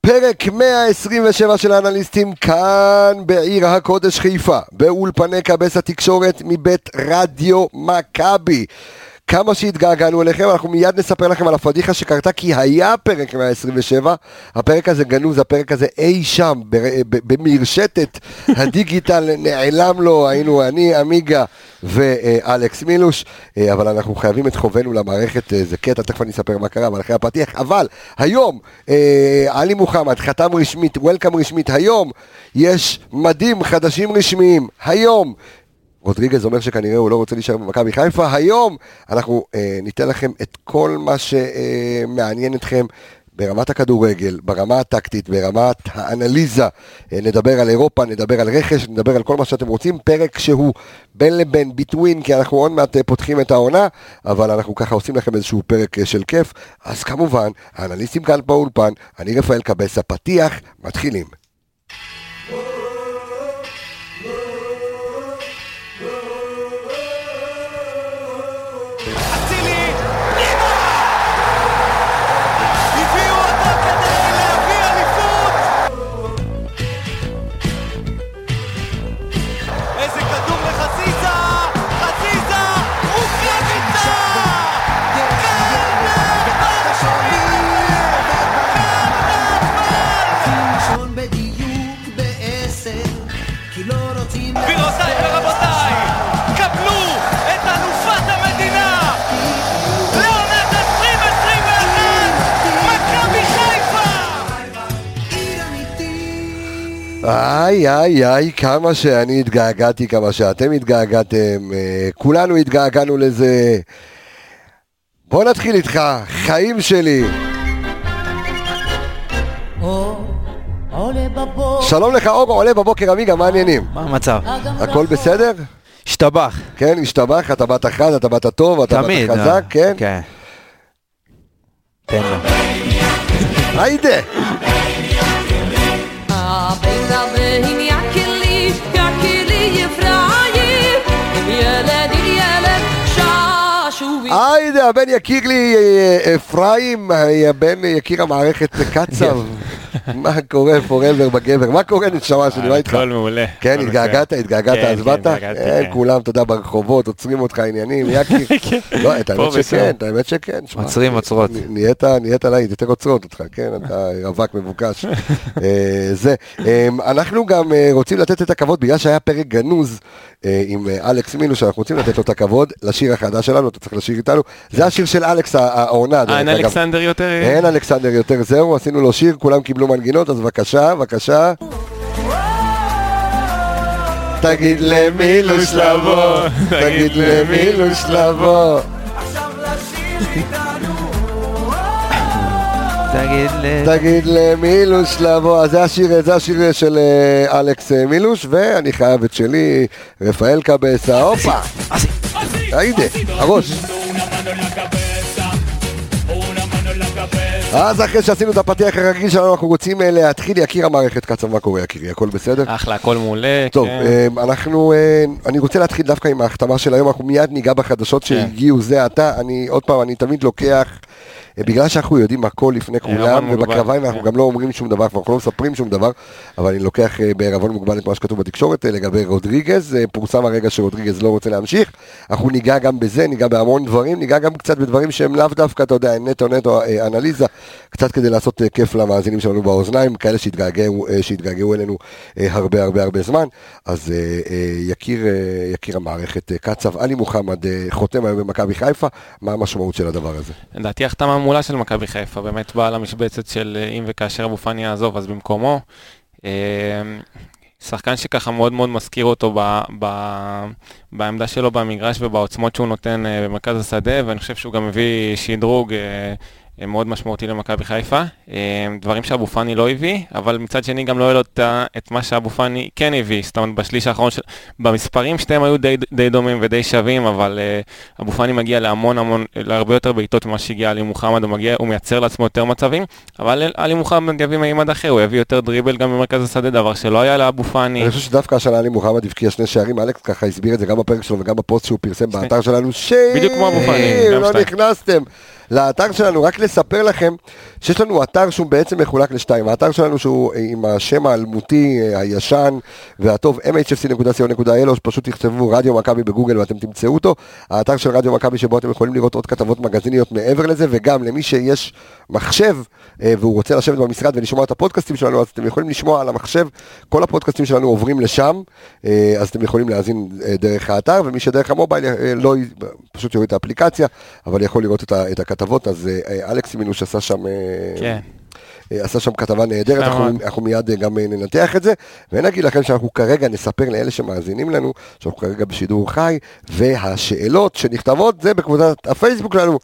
פרק 127 של האנליסטים כאן בעיר הקודש חיפה, באולפני קבס התקשורת מבית רדיו מכבי. כמה שהתגעגענו אליכם, אנחנו מיד נספר לכם על הפדיחה שקרתה, כי היה פרק 127, הפרק הזה גנוז, הפרק הזה אי שם, במרשתת הדיגיטל, נעלם לו, היינו אני, אמיגה ואלכס מילוש, אבל אנחנו חייבים את חובנו למערכת, זה קטע, תכף אני אספר מה קרה, אבל אחרי הפתיח, אבל היום, עלי מוחמד, חתם רשמית, וולקאם רשמית, היום יש מדים חדשים רשמיים, היום, רודריגז אומר שכנראה הוא לא רוצה להישאר במכבי חיפה. היום אנחנו ניתן לכם את כל מה שמעניין אתכם ברמת הכדורגל, ברמה הטקטית, ברמת האנליזה. נדבר על אירופה, נדבר על רכש, נדבר על כל מה שאתם רוצים. פרק שהוא בין לבין, ביטווין, כי אנחנו עוד מעט פותחים את העונה, אבל אנחנו ככה עושים לכם איזשהו פרק של כיף. אז כמובן, האנליסטים כאן באולפן, אני רפאל קבס, הפתיח, מתחילים. איי, כמה שאני התגעגעתי, כמה שאתם התגעגעתם, כולנו התגעגענו לזה. בוא נתחיל איתך, חיים שלי. שלום לך אור, עולה בבוקר אמיגה, מה העניינים? מה המצב? הכל בסדר? השתבח. כן, השתבח, אתה באת חד, אתה באת טוב, אתה באת חזק, כן? כן. תן לו. היידה. היידה, הבן יקיר לי אפרים, הבן יקיר המערכת קצב. מה קורה פורבר בגבר? מה קורה נשמה שלי? מה איתך? הכל מעולה. כן, התגעגעת, אז באת? כולם, אתה יודע, ברחובות, עוצרים אותך עניינים, יקיר. לא, האמת שכן. עוצרים, עוצרות. נהיית להיט, יותר עוצרות אותך, כן? אתה רווק מבוקש. זה. אנחנו גם רוצים לתת את הכבוד, בגלל שהיה פרק גנוז עם אלכס מילוש, שאנחנו רוצים לתת לו את הכבוד לשיר החדש שלנו, אתה צריך לשיר איתנו. זה השיר של אלכס העונה. אין אלכסנדר יותר? אין אלכסנדר יותר, זהו, עשינו לו שיר, כולם קיבלו מנגינות, אז בבקשה. תגיד למילוש לבוא, תגיד למילוש לבוא. תגיד למילוש לבוא. אז זה השיר של אלכס מילוש, ואני חייב את שלי, רפאל קבס, הופה. היידה, הראש. אז אחרי שעשינו את הפתיח הרגיל שלנו, אנחנו רוצים להתחיל. יקיר המערכת קצב, מה קורה יקירי? הכל בסדר? אחלה, הכל מעולה. טוב, אני רוצה להתחיל דווקא עם ההחתמה של היום, אנחנו מיד ניגע בחדשות שהגיעו זה עתה. עוד פעם, אני תמיד לוקח, בגלל שאנחנו יודעים הכל לפני כולם, ובקרביים אנחנו גם לא אומרים שום דבר, אנחנו לא מספרים שום דבר, אבל אני לוקח בערבון מוגבל את מה שכתוב בתקשורת לגבי רודריגז. פורסם הרגע שרודריגז לא רוצה להמשיך, אנחנו ניגע גם בזה, ניגע בהמון דברים, ניגע גם קצת בדברים שהם לאו דווקא, אתה יודע, נטו אנליזה, קצת כדי לעשות כיף למאזינים שלנו באוזניים, כאלה שהתגעגעו אלינו הרבה זמן. אז יקיר המערכת קצב, עלי מוחמד חותם היום במכבי חיפה. מה המשמעות של הדבר הזה? לדעתי החתמה מעולה של מכבי חיפה, באמת באה למשבצת של אם וכאשר אבו פאני יעזוב אז במקומו. שחקן שככה מאוד מאוד מזכיר אותו בעמדה שלו במגרש ובעוצמות שהוא נותן במרכז השדה, ואני חושב שהוא גם מביא שדרוג מאוד משמעותי למכבי חיפה, דברים שאבו פאני לא הביא, אבל מצד שני גם לא היה לו את מה שאבו פאני כן הביא, זאת אומרת בשליש האחרון, במספרים שתיהם היו די דומים ודי שווים, אבל אבו פאני מגיע להרבה יותר בעיטות ממה שהגיע עלי מוחמד, הוא מייצר לעצמו יותר מצבים, אבל עלי מוחמד יביא מימד אחר, הוא יביא יותר דריבל גם במרכז השדה, דבר שלא היה לאבו פאני. אני חושב שדווקא השנה עלי מוחמד הבקיע 2 שערים, אלכס ככה הסביר את זה גם בפרק שלו וגם בפוסט שהוא פרסם באתר שלנו, בדיוק כמו אבו פאני, לא נכנסתם. לאתר שלנו, רק לספר לכם שיש לנו אתר שהוא בעצם מחולק לשתיים, האתר שלנו שהוא עם השם האלמותי הישן והטוב mhfc.co.il, או שפשוט תכתבו רדיו מכבי בגוגל ואתם תמצאו אותו, האתר של רדיו מכבי שבו אתם יכולים לראות עוד כתבות מגזיניות מעבר לזה, וגם למי שיש מחשב והוא רוצה לשבת במשרד ולשמוע את הפודקאסטים שלנו, אז אתם יכולים לשמוע על המחשב, כל הפודקאסטים שלנו עוברים לשם, אז אתם יכולים להאזין דרך האתר, ומי שדרך המובייל לא, פשוט יוריד את האפליקציה, אבל יכול לראות את הכתבות, אז אלכס מינוש עשה שם... כן. עשה שם כתבה נהדרת, אנחנו מיד גם ננתח את זה, ונגיד לכם שאנחנו כרגע נספר לאלה שמאזינים לנו, שאנחנו כרגע בשידור חי, והשאלות שנכתבות זה בקבוצת הפייסבוק שלנו.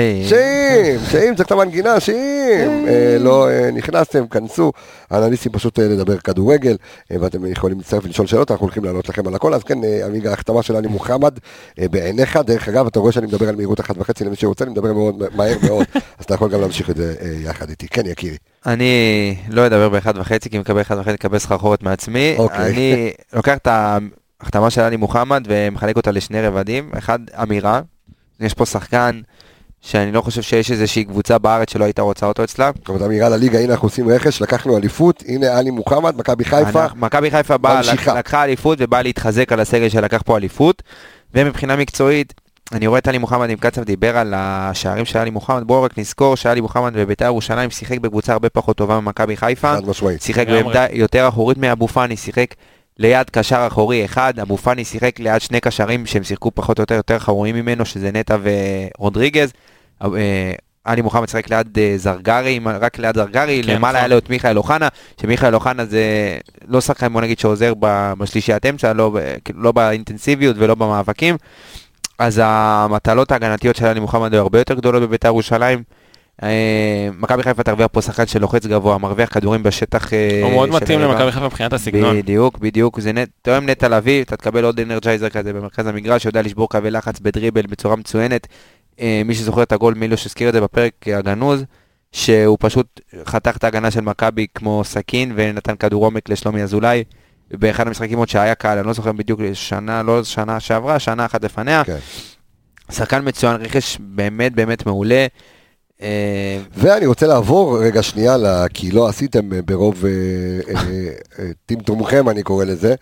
שאם, צריך את המנגינה, שאם לא נכנסתם, כנסו, האנליסטים פשוט לדבר כדורגל, ואתם יכולים להצטרף ולשאול שאלות, אנחנו הולכים לענות לכם על הכל, אז כן, עמיגה, ההחתמה של עלי מוחמד בעיניך, דרך אגב, אתה רואה שאני מדבר על מהירות 1.5 למי שרוצה, אני מדבר מאוד מהר מאוד, אז אתה יכול גם להמשיך את זה יחד איתי. כן, יקירי. אני לא אדבר ב1.5, כי מקבל 1.5 לקבל סחרחורת מעצמי. אני לוקח את ההחתמה של עלי מוחמד ומחלק אותה לשני רבדים. אחד, אמירה. יש פה שחקן שאני לא חושב שיש איזושהי קבוצה בארץ שלא הייתה רוצה אותו אצלה. זאת אמירה לליגה, הנה אנחנו עושים רכש, לקחנו אליפות, הנה עלי מוחמד, מכבי חיפה. מכבי חיפה לקחה אליפות ובאה להתחזק על הסגל שלקח פה אליפות, ומבחינה מקצועית, אני רואה את עלי מוחמד עם קצב דיבר על השערים של עלי מוחמד, בואו רק נזכור שעלי מוחמד בבית"ר ירושלים שיחק בקבוצה הרבה פחות טובה ממכבי חיפה, שיחק בעמדה יותר אחורית מאבו פאני, שיחק ליד קשר אחורי אחד, אבו פאני שיחק ליד שני קשרים שהם שיחקו פחות או יותר אחוריים ממנו, שזה נטע ורודריגז, עלי מוחמד שיחק ליד זרגרי, רק ליד זרגרי, למעלה היה לו את מיכאל אוחנה, שמיכאל אוחנה זה לא שחקן, בוא נגיד שעוזר בשלישיית אמצע, לא באינטנסיביות ולא במאבקים, אז המטלות ההגנתיות של עלי מוחמד היו הרבה יותר גדולות בבית"ר ירושלים. מכבי חיפה תרוויח פה שחקן שלוחץ גבוה, מרוויח כדורים בשטח. הוא מאוד מתאים למכבי חיפה מבחינת הסגנון. בדיוק, זה תואם נטע לביא, אתה תקבל עוד אנרג'ייזר כזה במרכז המגרש, שיודע לשבור קווי לחץ בדריבל בצורה מצוינת. מי שזוכר את הגול, מילוש הזכיר את זה בפרק הגנוז, שהוא פשוט חתך את ההגנה של מכבי כמו סכין, ונתן כדור עומק לשלומי אזולאי. באחד המשחקים עוד שהיה קהל, אני לא זוכר בדיוק שנה שעברה, שנה אחת לפניה. שחקן מצוין, רכש באמת באמת מעולה. ואני רוצה לעבור רגע שנייה, כי לא עשיתם ברוב טמטומכם, אני קורא לזה,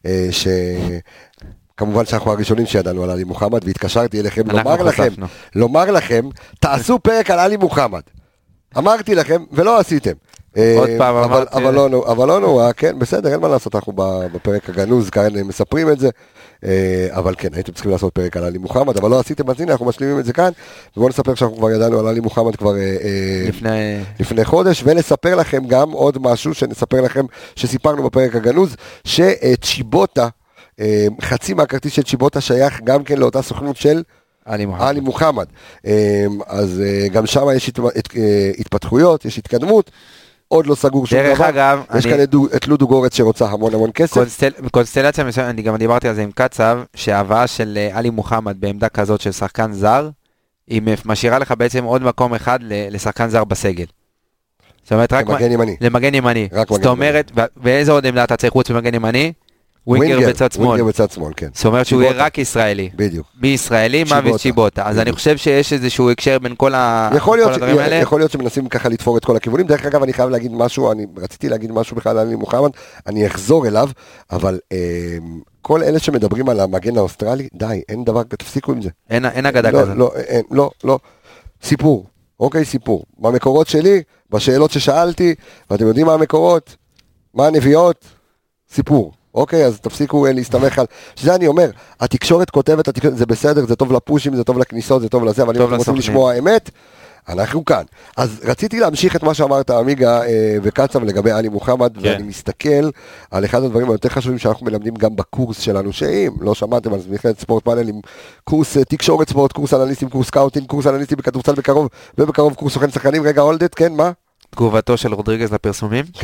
כמובן שאנחנו הראשונים שידענו על עלי מוחמד, והתקשרתי אליכם לומר לכם, תעשו פרק על עלי מוחמד. אמרתי לכם, ולא עשיתם. עוד פעם אמרתי. אבל לא נורא, כן, בסדר, אין מה לעשות, אנחנו בפרק הגנוז, כאן מספרים את זה, אבל כן, הייתם צריכים לעשות פרק על עלי מוחמד, אבל לא עשיתם, אז הנה, אנחנו משלימים את זה כאן, ובואו נספר שאנחנו כבר ידענו על עלי מוחמד כבר לפני חודש, ונספר לכם גם עוד משהו, שנספר לכם, שסיפרנו בפרק הגנוז, שצ'יבוטה, חצי מהכרטיס של צ'יבוטה שייך גם כן לאותה סוכנות של עלי מוחמד, אז גם שם יש התפתחויות, יש התקדמות, עוד לא סגור שום דבר. אגב, יש כאן את לודו גורץ שרוצה המון כסף. קונסטלציה מסוימת, אני גם דיברתי על זה עם קצב, שההבאה של עלי מוחמד בעמדה כזאת של שחקן זר, היא משאירה לך בעצם עוד מקום אחד לשחקן זר בסגל. זאת אומרת, רק למגן ימני. זאת אומרת, ואיזה עוד עמדה אתה צריך חוץ ממגן ימני? ווינגר בצד שמאל, כן. זאת אומרת שהוא יהיה רק ישראלי. בדיוק. מישראלי, מביס צ'יבוטה. אז אני חושב שיש איזשהו הקשר בין כל הדברים האלה. יכול להיות שמנסים ככה לתפור את כל הכיוונים. דרך אגב, אני חייב להגיד משהו, אני רציתי להגיד משהו בכלל על עלי מוחמד, אני אחזור אליו, אבל כל אלה שמדברים על המגן האוסטרלי, די, אין דבר, תפסיקו עם זה. אין אגדה כזה. לא. סיפור. אוקיי, סיפור. במקורות שלי, בשאלות ששאלתי, ואתם יודעים מה המקורות, מה הנביאות, סיפור. אוקיי, אז תפסיקו להסתמך על... שזה אני אומר, התקשורת כותבת, זה בסדר, זה טוב לפושים, זה טוב לכניסות, זה טוב לזה, אבל אם אתם רוצים לשמוע האמת, אנחנו כאן. אז רציתי להמשיך את מה שאמרת עמיגה וקצב לגבי עלי מוחמד, ואני מסתכל על אחד הדברים היותר חשובים שאנחנו מלמדים גם בקורס שלנו, שאם לא שמעתם, אז מכללת ספורט פאנלים, קורס תקשורת ספורט, קורס אנליסטים, קורס סקאוטינג, קורס אנליסטים בכדורסל בקרוב, ובקרוב קורס סוכן שחקנים. רגע, הולדת, כן, מה? תגובתו של רודריגז לפרסומים? כן.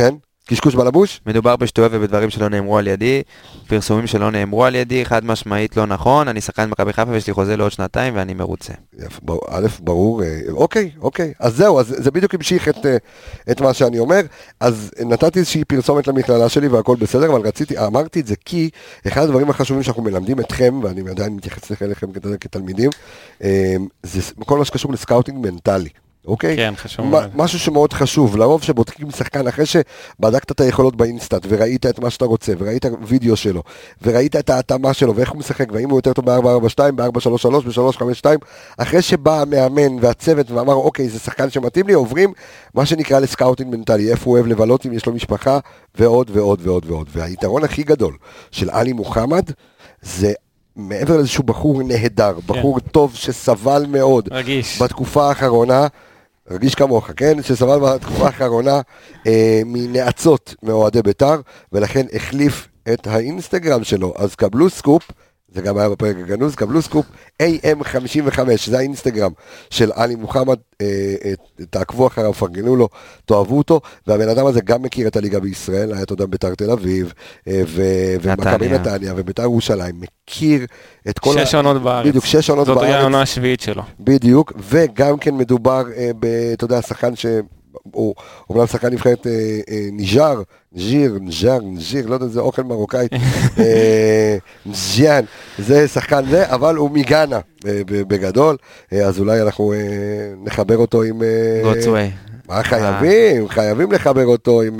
קשקוש בלבוש? מדובר בשטויות ובדברים שלא נאמרו על ידי, פרסומים שלא נאמרו על ידי, חד משמעית לא נכון, אני שחקן מכבי חיפה ויש לי חוזה לעוד 2 ואני מרוצה. א', ברור, אוקיי, אז זהו, אז זה בדיוק המשיך את מה שאני אומר, אז נתתי איזושהי פרסומת למכללה שלי והכל בסדר, אבל אמרתי את זה כי אחד הדברים החשובים שאנחנו מלמדים אתכם, ואני עדיין מתייחס אליכם כתלמידים, זה כל מה שקשור לסקאוטינג מנטלי. אוקיי? כן, חשוב מאוד. משהו שמאוד חשוב, לרוב שבודקים שחקן אחרי שבדקת את היכולות באינסטאט וראית את מה שאתה רוצה, וראית וידאו שלו, וראית את ההתאמה שלו, ואיך הוא משחק, והאם הוא יותר טוב ב-4-4-2, ב-4-3-3, ב-3-5-2, אחרי שבא המאמן והצוות ואמר, אוקיי, זה שחקן שמתאים לי, עוברים מה שנקרא לסקאוטינג מנטלי, איפה הוא אוהב לבלות, אם יש לו משפחה, ועוד ועוד ועוד ועוד. והיתרון הכי גדול של עלי מוחמד, זה מעבר לאיזשהו בחור נהדר, בחור טוב שסבל מאוד בתקופה האחרונה, רגיש כמוך, כן? שסבל בתקופה האחרונה מנעצות מאוהדי בית"ר, ולכן החליף את האינסטגרם שלו. אז קבלו סקופ, זה גם היה בפרק הגנוז, קבלו סקופ AM55, זה האינסטגרם של עלי מוחמד, תעקבו אחריו, פרגנו לו, תאהבו אותו, והבן אדם הזה גם מכיר את הליגה בישראל, היה תודה בית"ר תל אביב, ומכבי נתניה, ובית"ר ירושלים, מכיר את כל... 6 עונות בארץ. בדיוק, 6 עונות בארץ. זאת היה העונה השביעית שלו. בדיוק, וגם כן מדובר, אתה יודע, שחקן ש... הוא אומנם שחקן נבחרת נז'יר, לא יודע, זה אוכל מרוקאי, נז'יאן, זה שחקן זה, אבל הוא מגאנה בגדול, אז אולי אנחנו נחבר אותו עם... גוצווי. חייבים לחבר אותו עם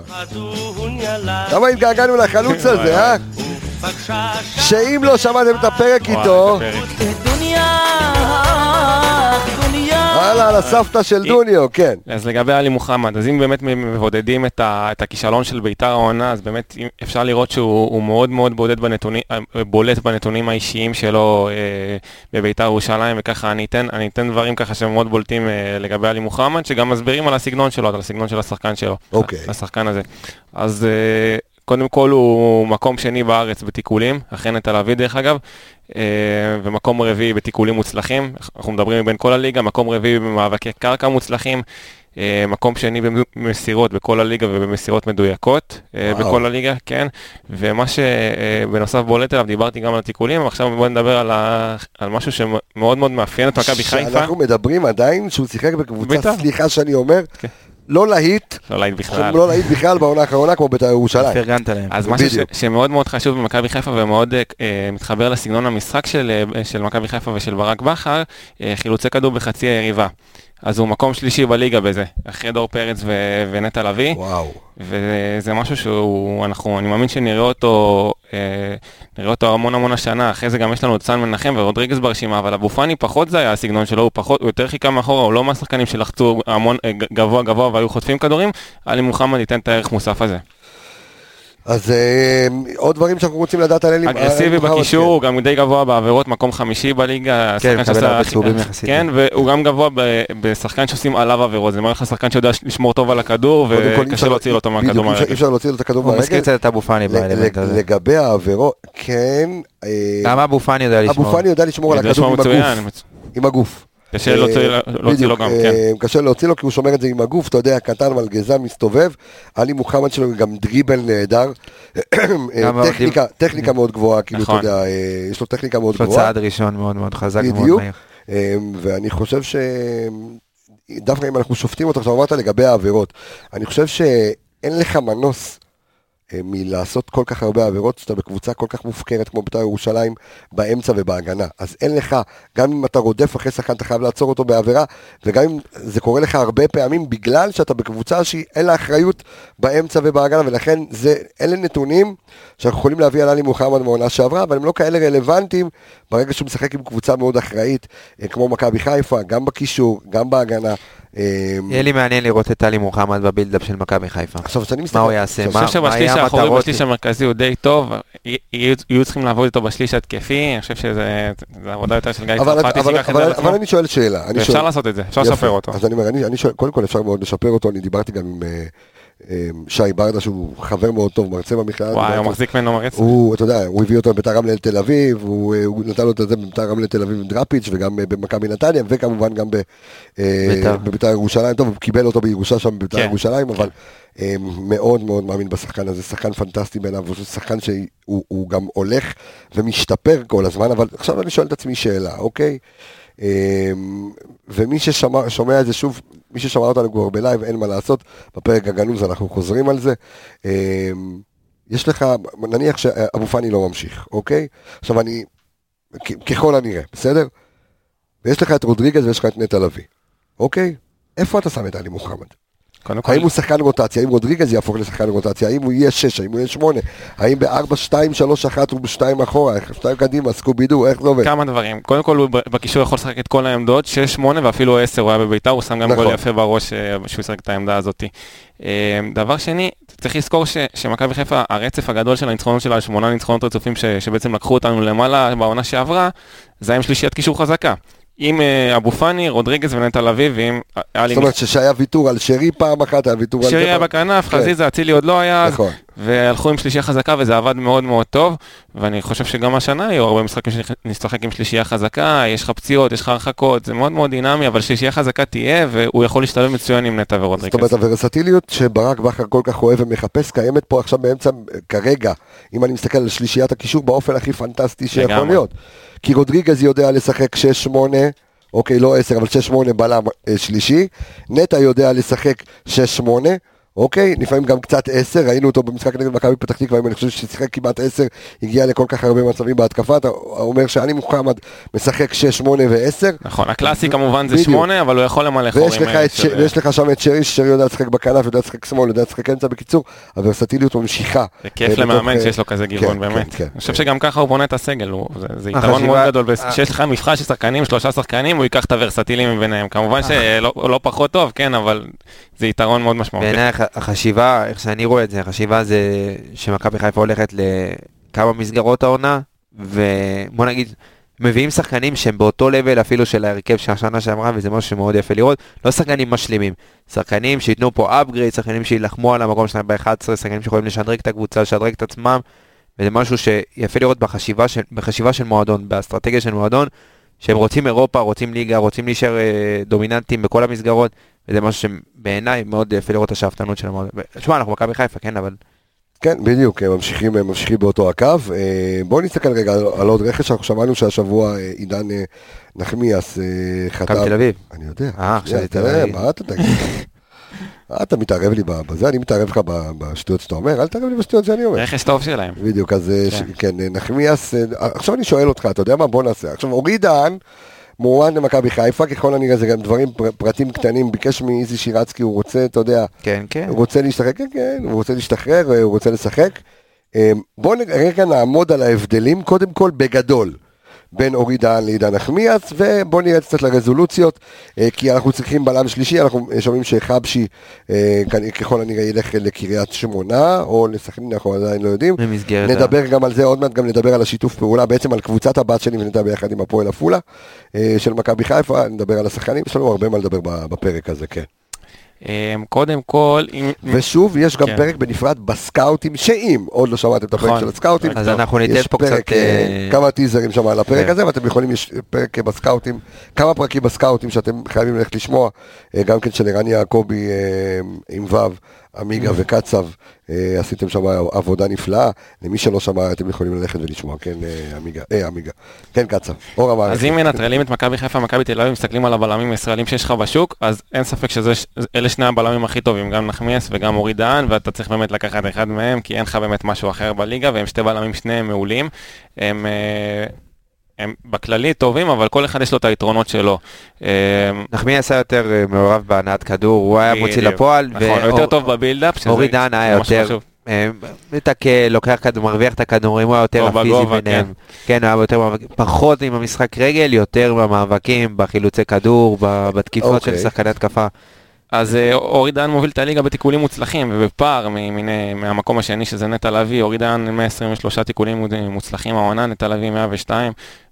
כמה התגעגענו לחלוץ הזה, שאם לא שמעתם את הפרק איתו... על הסבתא של דוניו, כן. אז לגבי עלי מוחמד, אז אם באמת מבודדים את הכישלון של בית"ר העונה, אז באמת אפשר לראות שהוא מאוד מאוד בולט בנתונים האישיים שלו בבית"ר ירושלים, וככה אני אתן דברים ככה שמאוד בולטים לגבי עלי מוחמד, שגם מסבירים על הסגנון שלו, על הסגנון של השחקן שלו, השחקן הזה. אז... קודם כל הוא מקום שני בארץ בתיקולים, אכן את תל אביב דרך אגב, ומקום רביעי בתיקולים מוצלחים, אנחנו מדברים בין כל הליגה, מקום רביעי במאבקי קרקע מוצלחים, מקום שני במסירות בכל הליגה ובמסירות מדויקות בכל הליגה, כן, ומה שבנוסף בולט אליו, דיברתי גם על התיקולים, עכשיו בואו נדבר על משהו שמאוד מאוד מאפיין את מכבי חיפה. שאנחנו מדברים עדיין שהוא שיחק בקבוצה, סליחה שאני אומר, לא להיט בכלל בעונה האחרונה כמו בית"ר ירושלים. פרגנת להם. אז משהו שמאוד מאוד חשוב במכבי חיפה ומאוד מתחבר לסגנון המשחק של מכבי חיפה ושל ברק בכר, חילוצי כדור בחצי היריבה. אז הוא מקום שלישי בליגה בזה, אחרי דור פרץ ונטע לביא. וואו. וזה משהו אני מאמין שנראה אותו המון השנה, אחרי זה גם יש לנו את סן מנחם ורודריגז ברשימה, אבל אבו פאני פחות זה היה הסגנון שלו, הוא יותר חיכה מאחורה, הוא לא מהשחקנים שלחצו המון גבוה והיו חוטפים כדורים, עלי מוחמד ייתן את הערך מוסף הזה. אז עוד דברים שאנחנו רוצים לדעת על אלי... אגרסיבי בקישור, הוא גם די גבוה בעבירות, מקום חמישי בליגה. כן, מקבל הרבה צהובים יחסית. כן, והוא גם גבוה בשחקן שעושים עליו עבירות, זה אומר לך שחקן שיודע לשמור טוב על הכדור, וקשה להוציא לו אותו מהכדור מהרגל. אי אפשר להוציא לו את הכדור מהרגל. הוא מזכיר קצת את אבו פאני באלמנט הזה. לגבי העבירות, כן... גם אבו פאני יודע לשמור. אבו פאני יודע לשמור על הכדור עם הגוף. קשה להוציא לו גם, כן. קשה להוציא לו כי הוא שומר את זה עם הגוף, אתה יודע, קטן מלגזן מסתובב, עלי מוחמד שלו גם דריבל נהדר, טכניקה מאוד גבוהה, כאילו אתה יודע, יש לו טכניקה מאוד גבוהה. צעד ראשון מאוד מאוד חזק ומאוד מהיר. ואני חושב דווקא אם אנחנו שופטים אותו, עכשיו אמרת לגבי העבירות, אני חושב שאין לך מנוס מלעשות כל כך הרבה עבירות, שאתה בקבוצה כל כך מופקרת כמו בית"ר ירושלים באמצע ובהגנה, אז אין לך, גם אם אתה רודף אחרי שחקן אתה חייב לעצור אותו בעבירה, וגם אם זה קורה לך הרבה פעמים בגלל שאתה בקבוצה שאין לה אחריות באמצע ובהגנה, ולכן אלה נתונים שאנחנו יכולים להביא על עלי מוחמד מעונה שעברה, אבל הם לא כאלה רלוונטיים ברגע שהוא משחק עם קבוצה מאוד אחראית כמו מכבי חיפה, גם בקישור, גם בהגנה. יהיה לי מעניין לראות את עלי מוחמד בבילדאפ של מכבי חיפה. מה הוא יעשה? אני חושב שבשליש האחורי, בשליש המרכזי הוא די טוב, יהיו צריכים לעבוד איתו בשליש התקפי, אני חושב שזה עבודה יותר של גיא צרפתי שיקח את זה על עצמו. אבל אני שואל שאלה. אפשר לעשות את זה, אפשר לשפר אותו. אז אני אומר, קודם כל אפשר מאוד לשפר אותו, אני דיברתי גם שי ברדה, שהוא חבר מאוד טוב, מרצה במכללה. וואי, הוא מחזיק ממנו מרצה. אתה יודע, הוא הביא אותו בבית"ר רמלה לתל אביב, הוא נתן לו את זה בבית"ר רמלה לתל אביב עם דראפיץ' וגם במכבי נתניה, וכמובן גם בבית"ר ירושלים. טוב, הוא קיבל אותו בירושה שם בבית"ר ירושלים, אבל מאוד מאוד מאמין בשחקן הזה, שחקן פנטסטי בעיניו, הוא שחקן שהוא גם הולך ומשתפר כל הזמן, אבל עכשיו אני שואל את עצמי שאלה, אוקיי? ומי ששומע את זה שוב, מי ששמע אותנו כבר בלייב, אין מה לעשות, בפרק הגנוז אנחנו חוזרים על זה. יש לך, נניח שאבו פאני לא ממשיך, אוקיי? עכשיו אני, ככל הנראה, בסדר? ויש לך את רודריגז ויש לך את נטע לביא, אוקיי? איפה אתה שם את עלי מוחמד? האם הוא שחקן רוטציה, האם רודריגז יהפוך לשחקן רוטציה, האם הוא יהיה 6, האם הוא יהיה 8, האם ב-4, 2, 3, 1 הוא ב-2 אחורה, 2 קדימה, סקובידו, איך זה עובד? כמה דברים, קודם כל הוא בקישור יכול לשחק את כל העמדות, 6, 8 ואפילו 10 הוא היה בביתר, הוא שם גם גול יפה בראש שהוא ישחק את העמדה הזאת. דבר שני, צריך לזכור שמכבי חיפה, הרצף הגדול של הניצחונות שלה, 8 ניצחונות רצופים שבעצם לקחו אותנו למעלה בעונה שעברה, זה עם שלישיית קישור חזקה. עם אבו פאני, רודריגז ונטע לביא, ועם... זאת אומרת שהיה ויתור על שרי פעם אחת, היה ויתור על... שרי היה בכנף, חזיזה, אצילי עוד לא היה, והלכו עם שלישייה חזקה, וזה עבד מאוד מאוד טוב, ואני חושב שגם השנה יהיו הרבה משחקים שנשחק עם שלישייה חזקה, יש לך פציעות, יש לך הרחקות, זה מאוד מאוד דינמי, אבל שלישייה חזקה תהיה, והוא יכול להשתלב מצוין עם נטע ורודריגז. זאת אומרת, הוורסטיליות שברק בכר כל כך אוהב ומחפש, קיימת פה עכשיו באמצע, כרגע, אם אני מסתכל על שלישיית הקישור באופן הכי פנטסטי שיכול להיות. כי רודריגז יודע לשחק 6-8, אוקיי, לא 10, אבל 6-8 בלם שלישי, נטע יודע לשחק 6-8, אוקיי, לפעמים גם קצת 10, ראינו אותו במשחק נגד מכבי פתח תקווה, אני חושב ששיחק כמעט 10, הגיע לכל כך הרבה מצבים בהתקפה, אתה אומר שעלי מוחמד משחק 6, 8 ו-10. נכון, הקלאסי כמובן זה 8, אבל הוא יכול למלא חורים. ויש לך שם את שרי, שרי יודע לשחק בכנף, יודע לשחק שמאל, יודע לשחק אמצע, בקיצור, הוורסטיליות ממשיכה. זה כיף למאמן שיש לו כזה גיוון באמת. אני חושב שגם ככה הוא בונה את הסגל, זה יתרון מאוד גדול, כשיש לך מבחר של שחקנים, 3 שחקנים, הוא ייקח את הוורסטיליים מביניהם. כמובן שלא פחות טוב, כן, אבל זה יתרון מאוד משמעותי. בעיניי החשיבה, איך שאני רואה את זה, החשיבה זה שמכבי חיפה הולכת לכמה מסגרות העונה, ובוא נגיד, מביאים שחקנים שהם באותו לבל אפילו של ההרכב של השנה שעברה, וזה משהו שמאוד יפה לראות, לא שחקנים משלימים, שחקנים שיתנו פה upgrade, שחקנים שילחמו על המקום שלהם ב-11, שחקנים שיכולים לשדרג את הקבוצה, לשדרג את עצמם, וזה משהו שיפה לראות בחשיבה של מועדון, באסטרטגיה של מועדון, שהם רוצים אירופה, רוצים ליגה, רוצים להישאר דומיננטים בכל המסגרות, וזה משהו שבעיניי מאוד יפה לראות את השאפתנות של המועדון. תשמע, אנחנו מכבי חיפה, כן, אבל... כן, בדיוק, ממשיכים באותו הקו. בואו נסתכל רגע על עוד רכש, אנחנו שמענו שהשבוע עידן נחמיאס חתם. מכבי תל אביב. אני יודע. עכשיו תל אביב. מה אתה תגיד? אתה מתערב לי בזה, אני מתערב לך בשטויות שאתה אומר, אל תערב לי בשטויות שאני אומר. רכש טוב שלהם. בדיוק, אז כן, נחמיאס, עכשיו אני שואל אותך, אתה יודע מה? בוא נעשה. עכשיו, אורי דהן, מועמד למכבי חיפה, ככל הנראה זה גם דברים, פרטים קטנים, ביקש מאיזי שירצקי, הוא רוצה, אתה יודע, כן, כן. הוא רוצה להשתחרר, כן, הוא רוצה להשתחרר, הוא רוצה לשחק. בואו רגע נעמוד על ההבדלים, קודם כל בגדול, בין אורי דהן לעידן נחמיאס, ובואו נראה קצת לרזולוציות, כי אנחנו צריכים בלם שלישי, אנחנו שומעים שחבשי ככל הנראה ילך לקריית שמונה, או לסכנין, אנחנו עדיין לא יודעים. נדבר גם על זה, עוד מעט גם נדבר על השיתוף פעולה, בעצם על קבוצת הבת שלי, ונדבר ביחד עם הפועל עפולה, של מכבי חיפה, נדבר על השחקנים, יש לנו הרבה מה לדבר בפרק הזה, כן. קודם כל, ושוב יש גם פרק בנפרד בסקאוטים, שאם עוד לא שמעתם את הפרק של הסקאוטים, אז אנחנו ניתן פה קצת כמה טיזרים שם על הפרק הזה, ואתם יכולים, יש פרק בסקאוטים, כמה פרקים בסקאוטים שאתם חייבים ללכת לשמוע, גם כן של ערן יעקבי עם וו, אמיגה וקצב, עשיתם שם עבודה נפלאה, למי שלא שמע אתם יכולים ללכת ולשמוע, כן אמיגה, כן קצב, אור המערכת. אז אם מנטרלים את מכבי חיפה, מכבי תל אביב, מסתכלים על הבלמים הישראלים שיש לך בשוק, אז אין ספק שאלה שני הבלמים הכי טובים, גם נחמיאס וגם אורי דהן, ואתה צריך באמת לקחת אחד מהם, כי אין לך באמת משהו אחר בליגה, והם שתי בלמים שניהם מעולים, הם בכללי טובים, אבל כל אחד יש לו את היתרונות שלו. נחמיאס היה יותר מעורב בהנעת כדור, הוא היה מוציא לפועל. נכון, הוא יותר טוב בבילדאפ. אורי דהן היה יותר מתקל, לוקח כדור, מרוויח את הכדורים, הוא היה יותר הפיזי ביניהם. כן, הוא היה יותר מאבקים, פחות עם המשחק רגל, יותר במאבקים, בחילוצי כדור, בתקיפות של שחקני התקפה. אז אורי דהן מוביל את הליגה בתיקולים מוצלחים, ובפער מהמקום השני שזה נטע לביא, אורי דהן 123 תיקולים מוצלחים העונה, נטע לביא 102,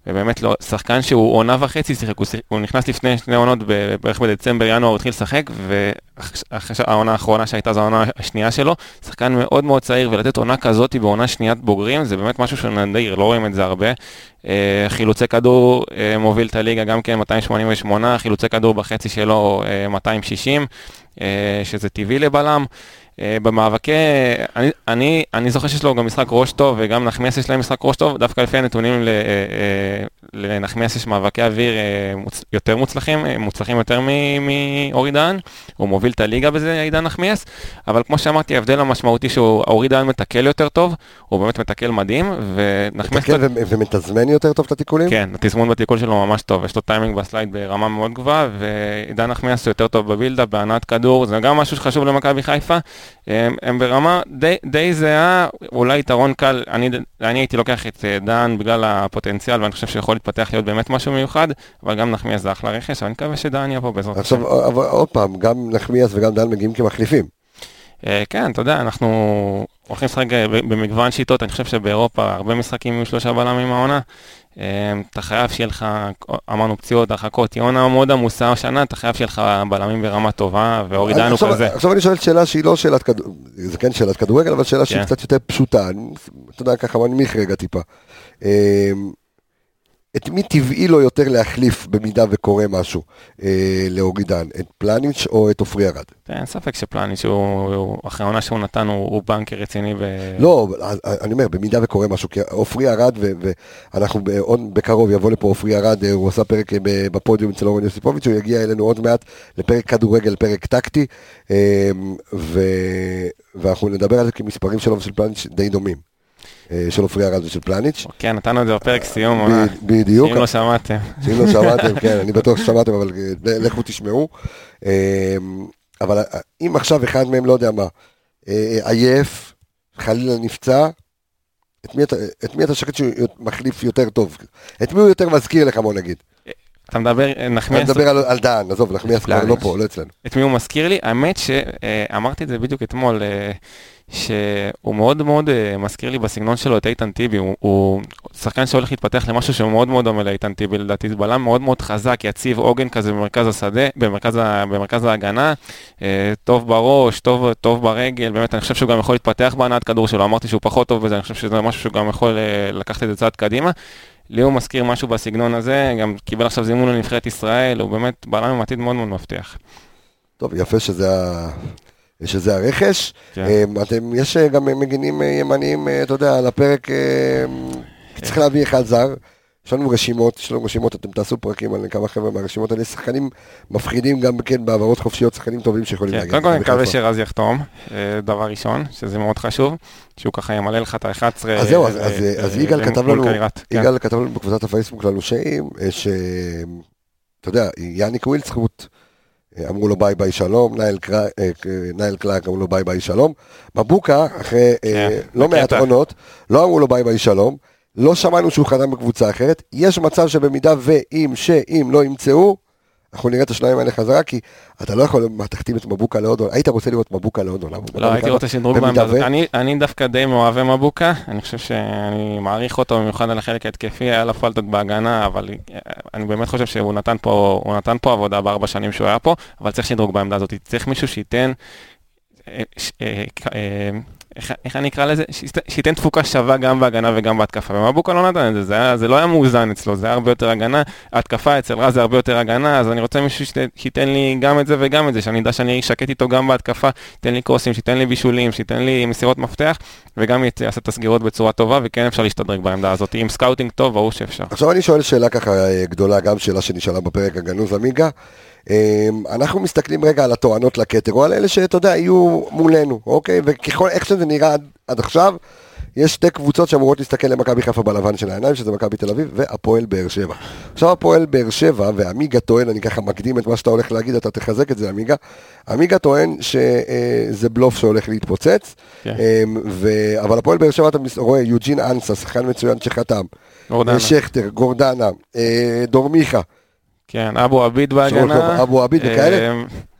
ובאמת לא, שחקן שהוא עונה וחצי שיחק, הוא נכנס לפני 2 עונות, בערך בדצמבר, ינואר, הוא התחיל לשחק, ואחרי העונה האחרונה שהייתה זו העונה השנייה שלו, שחקן מאוד מאוד צעיר, ולתת עונה כזאת בעונה שניית בוגרים, זה באמת משהו שנדיר, לא רואים את זה הרבה. חילוצי כדור מוביל את הליגה גם כן 288, חילוצי כדור בחצי שלו 260, שזה טבעי לבלם. במאבקי, אני זוכר שיש לו גם משחק ראש טוב, וגם נחמיאס יש להם משחק ראש טוב, דווקא לפי הנתונים לנחמיאס יש מאבקי אוויר יותר מוצלחים יותר מאורי דהן, הוא מוביל את הליגה בזה, עידן נחמיאס, אבל כמו שאמרתי, ההבדל המשמעותי שאורי דהן מתקל יותר טוב, הוא באמת מתקל מדהים, מתקל ומתזמן יותר טוב את התיקולים? כן, התזמון בתיקול שלו ממש טוב, יש לו טיימינג בסלייד ברמה מאוד גבוהה, ועידן נחמיאס יותר טוב בבילדה, בהנעת כדור, זה גם משהו שחשוב למכבי חיפה, הם ברמה די זהה, אולי יתרון קל, אני הייתי לוקח את דן בגלל הפוטנציאל, ואני חושב שיכול להתפתח להיות באמת משהו מיוחד, אבל גם נחמיאס זה אחלה רכש, אבל אני מקווה שדן יבוא בעזרת. עכשיו, עוד פעם, גם נחמיאס וגם דן מגיעים כמחליפים. כן, אתה יודע, אנחנו הולכים לשחק במגוון שיטות, אני חושב שבאירופה הרבה משחקים עם 3 בלמים העונה, אתה חייב שיהיה לך, אמרנו פציעות, הרחקות, היא עונה מאוד עמוסה השנה, אתה חייב שיהיה לך בלמים ברמה טובה, ואורי דהן הוא כזה. עכשיו אני שואל שאלה שהיא לא שאלת כדורגל, זה כן שאלת כדורגל, אבל שאלה שהיא קצת יותר פשוטה, אתה יודע ככה, מנמיך רגע טיפה. את מי טבעי לו יותר להחליף במידה וקורה משהו לאורי דהן? את פלניץ' או את עופרי ארד? אין ספק שפלניץ' אחרי העונה שהוא נתן הוא בנקר רציני. לא, אני אומר, במידה וקורה משהו, כי עופרי ארד, ואנחנו בקרוב יבוא לפה עופרי ארד, הוא עשה פרק בפודיום אצל אורן יוסיפוביץ', הוא יגיע אלינו עוד מעט לפרק כדורגל, פרק טקטי, ואנחנו נדבר על זה כמספרים שלו ושל פלניץ' די דומים. של עופרי ארד ושל פלניץ'. כן, נתנו את זה בפרק סיום. בדיוק. שאם לא שמעתם. שאם לא שמעתם, כן, אני בטוח ששמעתם, אבל לכו תשמעו. אבל אם עכשיו אחד מהם, לא יודע מה, עייף, חלילה נפצע, את מי אתה שקט שהוא מחליף יותר טוב? את מי הוא יותר מזכיר לך, בוא נגיד? אתה מדבר, נחמיאס... אתה מדבר על דהן, עזוב, נחמיאס כבר לא פה, לא אצלנו. את מי הוא מזכיר לי? האמת שאמרתי את זה בדיוק אתמול, שהוא מאוד מאוד מזכיר לי בסגנון שלו את איתן טיבי, הוא שחקן שהולך להתפתח למשהו שהוא מאוד מאוד דומה לאיתן טיבי, לדעתי זה בלם מאוד מאוד חזק, יציב עוגן כזה במרכז השדה, במרכז ההגנה, טוב בראש, טוב ברגל, באמת אני חושב שהוא גם יכול להתפתח בהנעת כדור שלו, אמרתי שהוא פחות טוב בזה, אני חושב שזה משהו שהוא גם יכול לקחת את זה צעד קדימה, לי הוא מזכיר משהו בסגנון הזה, גם קיבל עכשיו זימון לנבחרת ישראל, הוא באמת בלם עם עתיד מאוד מאוד מבטיח. טוב, יפה שזה הרכש. יש גם מגינים ימניים, אתה יודע, על הפרק, צריך להביא אחד זר. יש לנו רשימות, אתם תעשו פרקים על כמה חבר'ה מהרשימות האלה, שחקנים מפחידים גם כן בעברות חופשיות, שחקנים טובים שיכולים להגיע. קודם כל אני מקווה שרז יחתום, דבר ראשון, שזה מאוד חשוב, שהוא ככה ימלא לך את ה-11. אז זהו, אז יגאל כתב לנו בקבוצת הפייסבוק ללושאים, אתה יודע, יאניק ווילצחוט, אמרו לו ביי ביי שלום, נייל קלאק אמרו לו ביי ביי שלום, מבוקה, אחרי לא מעט עונות, לא אמרו לו ביי ביי שלום, לא שמענו שהוא חתם בקבוצה אחרת, יש מצב שבמידה שאם לא ימצאו, אנחנו נראה את השניים האלה חזרה, כי אתה לא יכול תחתים את מבוקה לעודו, היית רוצה לראות מבוקה לעודו, לא, הייתי רוצה שדרוג בעמדה הזאת, אני דווקא די מאוהב מבוקה, אני חושב שאני מעריך אותו במיוחד על החלק ההתקפי, היה לו פלטות בהגנה, אבל אני באמת חושב שהוא נתן פה עבודה ב4 שנים שהוא היה פה, אבל צריך שדרוג בעמדה הזאת, צריך מישהו שייתן, איך אני אקרא לזה? שייתן תפוקה שווה גם בהגנה וגם בהתקפה. ומבוקה לא נתן את זה, זה לא היה מאוזן אצלו, זה היה הרבה יותר הגנה, ההתקפה אצל רז זה הרבה יותר הגנה, אז אני רוצה מישהו שייתן לי גם את זה וגם את זה, שאני יודע שאני אשקט איתו גם בהתקפה, שייתן לי קרוסים, שייתן לי בישולים, שייתן לי מסירות מפתח, וגם יעשה את הסגירות בצורה טובה, וכן אפשר להשתדרג בעמדה הזאת, עם סקאוטינג טוב, ברור שאפשר. עכשיו אני שואל שאלה ככה גדולה, גם שאלה שנשאלה בפרק הגנוז עמיגה, אנחנו מסתכלים רגע על התואנות לכתר, או על אלה שאתה יודע, יהיו מולנו, אוקיי? וככל איך שזה נראה עד עכשיו, יש 2 קבוצות שאמורות להסתכל למכבי חיפה בלבן של העיניים, שזה מכבי תל אביב והפועל באר שבע. עכשיו הפועל באר שבע, ועמיגה טוען, אני ככה מקדים את מה שאתה הולך להגיד, אתה תחזק את זה, עמיגה. עמיגה טוען שזה בלוף שהולך להתפוצץ, אבל הפועל באר שבע, אתה רואה, יוג'ין אנסה, שחקן מצוין שחתם, שכטר, גורדנה, דורמיכה, כן, אבו עביד בהגנה. אבו עביד וכאלה.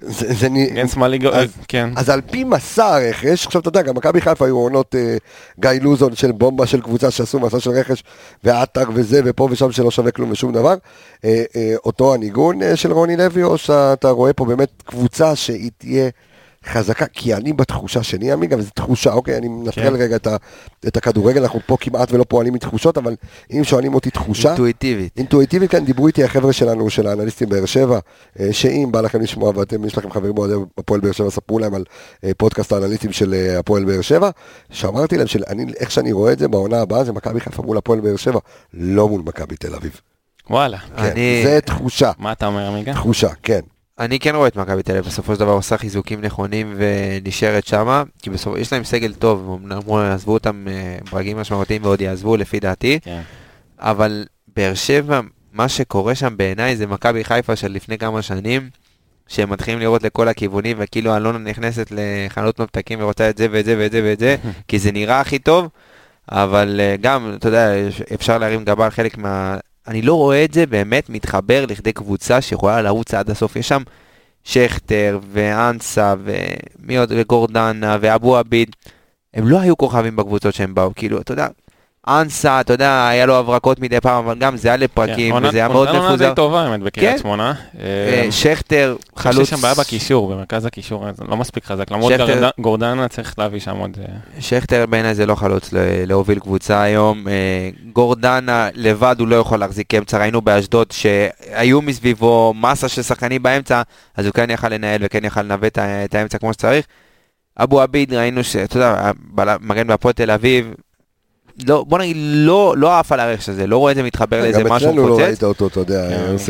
גן שמאלי, כן. אז על פי מסע הרכש, עכשיו אתה יודע, גם מכבי חיפה היו עונות גיא לוזון של בומבה של קבוצה שעשו מסע של רכש, ועטר וזה, ופה ושם שלא שווה כלום ושום דבר. אותו הניגון של רוני לוי, או שאתה רואה פה באמת קבוצה שהיא תהיה חזקה, כי אני בתחושה שלי, עמיגה, וזו תחושה, אוקיי, אני מנטרל רגע את הכדורגל, אנחנו פה כמעט ולא פועלים מתחושות, אבל אם שואלים אותי תחושה, אינטואיטיבית, כן, דיברו איתי החבר'ה שלנו, של האנליסטים באר שבע, שאם בא לכם לשמוע, ואתם, יש לכם חברים בפועל באר שבע, ספרו להם על פודקאסט האנליסטים של הפועל באר שבע, שאמרתי להם, איך שאני רואה את זה, בעונה הבאה, זה מכבי חיפה מול הפועל באר שבע, לא מול מכבי תל אביב. וואלה. זה תחושה. מה אתה אומר, עמיגה? תחושה, כן. אני כן רואה את מכבי תל אביב, בסופו של דבר עושה חיזוקים נכונים ונשארת שמה, כי בסופו יש להם סגל טוב, עזבו אותם ברגעים משמעותיים ועוד יעזבו לפי דעתי, אבל באר שבע, מה שקורה שם בעיניי זה מכבי חיפה של לפני כמה שנים, שהם מתחילים לראות לכל הכיוונים, וכאילו אלונה נכנסת לחנות מבטקים ורוצה את זה ואת זה ואת זה ואת זה, כי זה נראה הכי טוב, אבל גם, אתה יודע, אפשר להרים גבה על חלק מה... אני לא רואה את זה באמת מתחבר לכדי קבוצה שיכולה לרוץ עד הסוף. יש שם שכטר ואנסה ומי עוד, וגורדנה ואבו עביד. הם לא היו כוכבים בקבוצות שהם באו. כאילו, אתה יודע, אנסה, אתה יודע, היה לו הברקות מדי פעם, אבל גם זה היה לפרקים, וזה היה מאוד מפוזר. עונה די טובה, האמת, בקריית שמונה. שכטר, חלוץ... יש שם בעיה בקישור, במרכז הקישור, זה לא מספיק חזק. למרות גורדנה צריך להביא שם עוד... שכטר בעיניי זה לא חלוץ להוביל קבוצה היום. גורדנה לבד הוא לא יכול להחזיק אמצע. ראינו באשדוד שהיו מסביבו מסה של שחקנים באמצע, אז הוא כן יכל לנהל וכן יכל לנווט את האמצע כמו שצריך. אבו עביד ראינו שאתה יודע, מגן בהפועל תל אביב, לא, בוא נגיד, לא עף על הרכש הזה, לא רואה את זה מתחבר לאיזה משהו חוצץ. גם אצלנו לא ראית אותו, אתה יודע,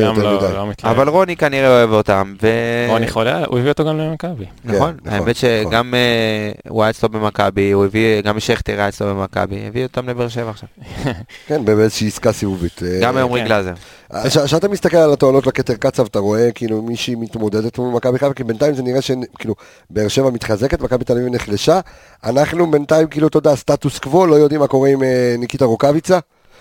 אבל רוני כנראה אוהב אותם. רוני חולה, הוא הביא אותו גם למכבי. נכון, האמת שגם הוא היה אצלו במכבי, הוא הביא, גם שכטר היה אצלו במכבי, הביא אותם לבאר שבע עכשיו. כן, באיזושהי עסקה סיבובית. גם עומרי גלאזר. כשאתה מסתכל על התועלות לכתר קצב, אתה רואה כאילו מישהי מתמודדת מול מכבי חיפה, כי בינתיים זה נראה שכאילו באר שבע מתחזקת, מכבי תל אביב נחלשה, אנחנו בינתיים כאילו, אתה יודע, סטטוס קוו, לא יודעים מה קורה עם ניקיטה רוקאביצה,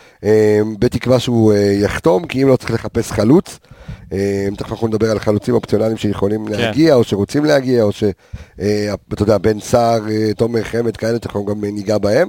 בתקווה שהוא יחתום, כי אם לא צריך לחפש חלוץ, תכף אנחנו נדבר על חלוצים אופציונליים שיכולים להגיע, או שרוצים להגיע, או שאתה יודע, בן סער, תומר חמד, כאלה, אנחנו גם ניגע בהם.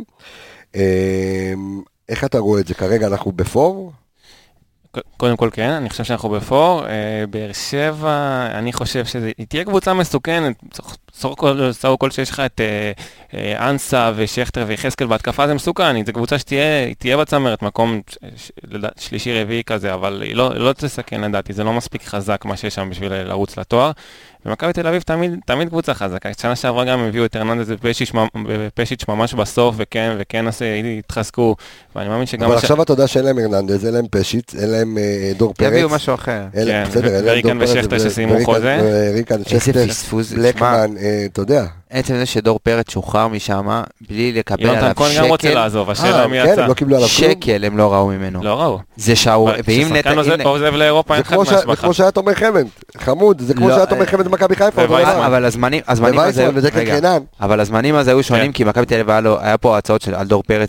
איך אתה רואה את זה? כרגע אנחנו בפור? קודם כל כן, אני חושב שאנחנו בפור. באר שבע, אני חושב שזה תהיה קבוצה מסוכנת. סך כל שיש לך את אנסה ושכטר ויחזקאל בהתקפה, זה מסוכן. זו קבוצה שתהיה בצמרת, מקום שלישי רביעי כזה, אבל היא לא תסכן לדעתי, זה לא מספיק חזק מה שיש שם בשביל לרוץ לתואר. ומכבי תל אביב תמיד קבוצה חזקה. שנה שעברה גם הביאו את הרננדז ופשיץ' ממש בסוף, וכן התחזקו, ואני מאמין שגם... אבל עכשיו אתה יודע שאין להם הרננדז, אין להם פשיץ', אין להם דור פרץ. יביאו משהו אחר. וריקן ושכטר שסיימו חוזה. ריקן, שכטר, לקמן, אתה יודע. עצם זה שדור פרץ שוחרר משם, בלי לקבל עליו שקל. יונתן כהן גם רוצה לעזוב, השאלה מי יצא. שקל הם לא ראו ממנו. לא ראו. זה שעור, ואם ששחקן עוזב לאירופה, זה כמו שהיה תומר חמד, חמוד, זה כמו שהיה תומר חמד במכבי חיפה. אבל הזמנים הזה היו שונים, כי מכבי תל אביב היה פה הצעות על דור פרץ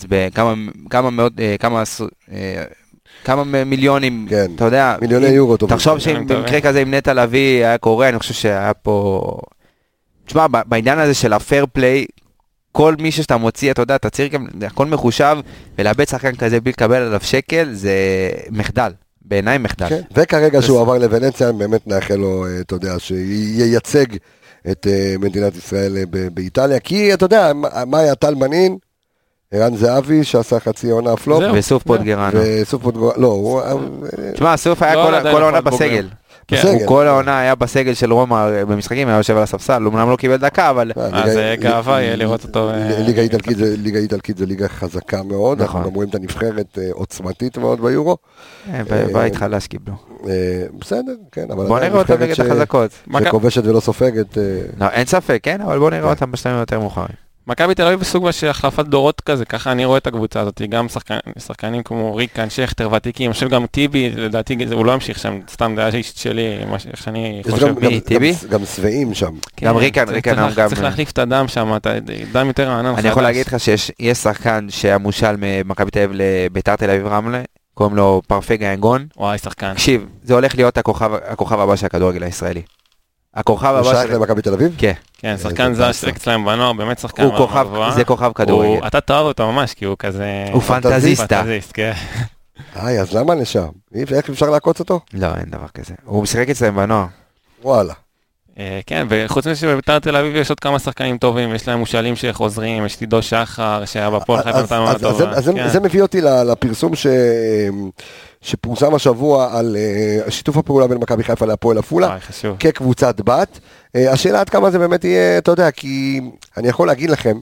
כמה מיליונים, אתה יודע. מיליוני יורו. תחשוב שבמקרה כזה עם נטע לביא היה קורה, אני חושב שהיה פה... תשמע, בעניין הזה של הפייר פליי, כל מי שאתה מוציא, אתה יודע, אתה צריך גם, הכל מחושב, ולאבד שחקן כזה בלי לקבל עליו שקל, זה מחדל, בעיניי מחדל. כן. וכרגע שהוא עבר לוונציה, באמת נאחל לו, אתה יודע, שייצג את מדינת ישראל באיטליה, כי אתה יודע, מה היה טל מנין, ערן זהבי, שעשה חצי עונה פלופ. וסוף פוטגרנו. לא, תשמע, סוף היה כל העונה בסגל. הוא כל העונה היה בסגל של רומא במשחקים, היה יושב על הספסל, הוא אמנם לא קיבל דקה, אבל... אז גאווה יהיה לראות אותו... ליגה איטלקית זה ליגה חזקה מאוד, אנחנו גם רואים את הנבחרת עוצמתית מאוד ביורו. בית חלש קיבלו. בסדר, כן, אבל... בוא נראה אותם נגד החזקות. שכובשת ולא סופגת. אין ספק, כן, אבל בוא נראה אותם בשלבים יותר מאוחרים. מכבי תל אביב בסוג של החלפת דורות כזה, ככה אני רואה את הקבוצה הזאת, גם שחקנים כמו ריקן, שכטר, ותיקים, אני חושב גם טיבי, לדעתי הוא לא המשיך שם, סתם זה היה איש שלי, איך שאני חושב. גם שבעים שם. גם ריקן גם... צריך להחליף את הדם שם, דם יותר רענן. אני יכול להגיד לך שיש שחקן שהמושל ממכבי תל אביב לביתר תל אביב רמלה, קוראים לו פרפה גיינגון. וואי, שחקן. תקשיב, זה הולך להיות הכוכב הבא של הכדורגל הישראלי. הכוכב הבא שייך למכבי תל אביב? כן. כן, שחקן זר אצלם בנוער, באמת שחקן. זה כוכב כדורגל. אתה תאהב אותו ממש, כי הוא כזה... הוא פנטזיסטה. כן. אז למה לשם? איך אפשר לעקוץ אותו? לא, אין דבר כזה. הוא משחק אצלם בנוער. וואלה. כן, וחוץ מזה שבבית"ר תל אביב יש עוד כמה שחקנים טובים, יש להם מושאלים שחוזרים, יש עידו שחר, שהיה בפועל חיפה נתן מאוד טובה. אז זה מביא אותי לפרסום שפורסם השבוע על שיתוף הפעולה בין מכבי חיפה להפועל עפולה, כקבוצת בת. השאלה עד כמה זה באמת יהיה, אתה יודע, כי אני יכול להגיד לכם,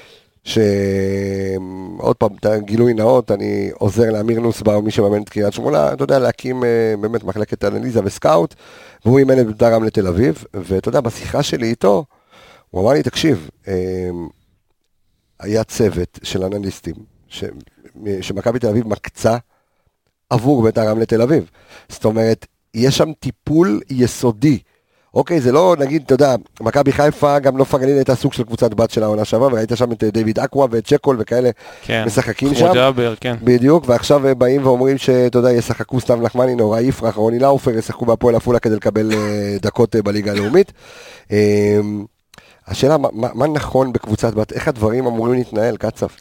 שעוד פעם, גילוי נאות, אני עוזר לאמיר נוסבאום, מי שמאמן את קריית שמונה, אתה יודע, להקים באמת מחלקת אנליזה וסקאוט, והוא אימן את בית"ר רמלה לתל אביב, ואתה יודע, בשיחה שלי איתו, הוא אמר לי, תקשיב, היה צוות של אנליסטים, שמכבי תל אביב מקצה עבור בית"ר רמלה לתל אביב. זאת אומרת, יש שם טיפול יסודי, אוקיי, זה לא, נגיד, אתה יודע, מכבי חיפה, גם לא פרגנין הייתה סוג של קבוצת בת של העונה שעברה, וראית שם את דיוויד אקווה ואת צ'קול וכאלה משחקים שם. ג'אבר, כן. בדיוק, ועכשיו באים ואומרים שאתה יודע, ישחקו סתם נחמני, נורא יפרח, רוני לאופר, ישחקו בהפועל עפולה כדי לקבל דקות בליגה הלאומית. השאלה, מה נכון בקבוצת בת? איך הדברים אמורים להתנהל, קצף?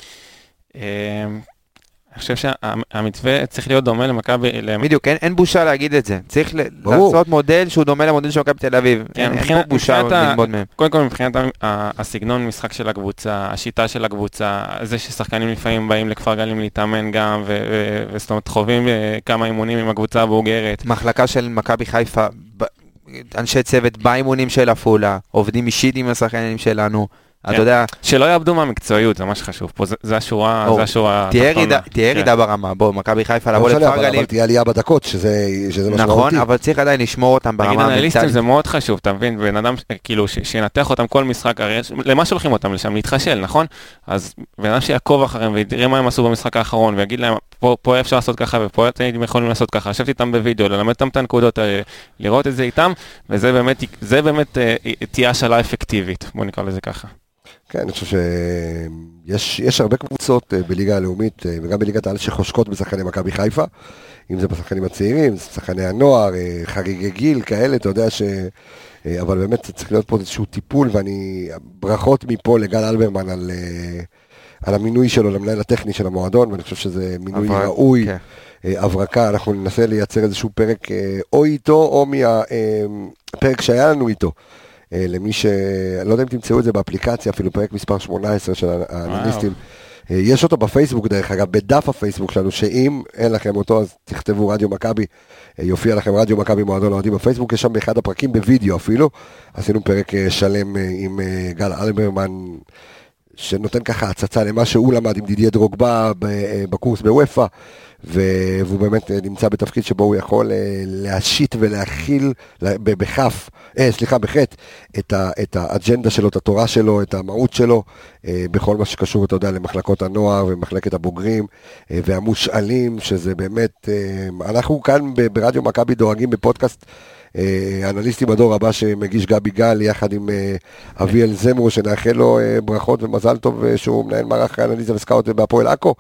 אני חושב שהמתווה צריך להיות דומה למכבי... בדיוק, אין בושה להגיד את זה. צריך לעשות מודל שהוא דומה למודל של מכבי תל אביב. אין בושה ללמוד מהם. קודם כל, מבחינת הסגנון משחק של הקבוצה, השיטה של הקבוצה, זה ששחקנים לפעמים באים לכפר גלים להתאמן גם, וזאת אומרת, חווים כמה אימונים עם הקבוצה הבוגרת. מחלקה של מכבי חיפה, אנשי צוות באימונים של עפולה, עובדים אישית עם השחקנים שלנו, אתה יודע... שלא יאבדו מהמקצועיות, זה מה שחשוב פה, זה השורה תהיה ירידה ברמה, בוא, מכבי חיפה לבוא לכפר גלים. אבל תהיה עלייה בדקות, שזה משמעותי. נכון, אבל צריך עדיין לשמור אותם ברמה המנטלית. נגיד אנליסטים זה מאוד חשוב, אתה מבין? בן אדם, כאילו, שינתח אותם כל משחק, הרי למה שולחים אותם לשם? להתחשל, נכון? אז בן אדם שיעקוב אחריהם ויראה מה הם עשו במשחק האחרון, ויגיד להם, פה אפשר לעשות ככה, ופה אתם יכולים לעשות ככה. לשבת איתם בווידאו, ללמד אותם את הנקודות, לראות את זה איתם, וזה באמת תהיה השאלה אפקטיבית, בוא נקרא לזה ככה. כן, אני חושב שיש הרבה קבוצות בליגה הלאומית וגם בליגת העל שחושקות בשחקני מכבי חיפה, אם זה בשחקנים הצעירים, שחקני הנוער, חריגי גיל, כאלה, אתה יודע אבל באמת צריך להיות פה איזשהו טיפול, ואני ברכות מפה לגל אלברמן על המינוי שלו למנהל הטכני של המועדון, ואני חושב שזה מינוי ראוי, הברקה, אנחנו ננסה לייצר איזשהו פרק או איתו, או מהפרק שהיה לנו איתו. למי לא יודע אם תמצאו את זה באפליקציה, אפילו פרק מספר 18 של האנליסטים, יש אותו בפייסבוק דרך אגב, בדף הפייסבוק שלנו, שאם אין לכם אותו אז תכתבו רדיו מכבי, יופיע לכם רדיו מכבי מועדון האוהדים בפייסבוק, יש שם באחד הפרקים בווידאו אפילו, עשינו פרק שלם עם גל אלברמן, שנותן ככה הצצה למה שהוא למד עם דידיה דרוגבה בקורס בוופא, והוא באמת נמצא בתפקיד שבו הוא יכול להשית ולהכיל בחטא את האג'נדה שלו, את התורה שלו, את המהות שלו, בכל מה שקשור, אתה יודע, למחלקות הנוער ומחלקת הבוגרים והמושאלים, שזה באמת, אנחנו כאן ברדיו מכבי דואגים בפודקאסט אנליסטים הדור הבא שמגיש גבי גל יחד עם אביאל זמרו, שנאחל לו ברכות ומזל טוב שהוא מנהל מערך אנליזה וסקאוט בהפועל עכו,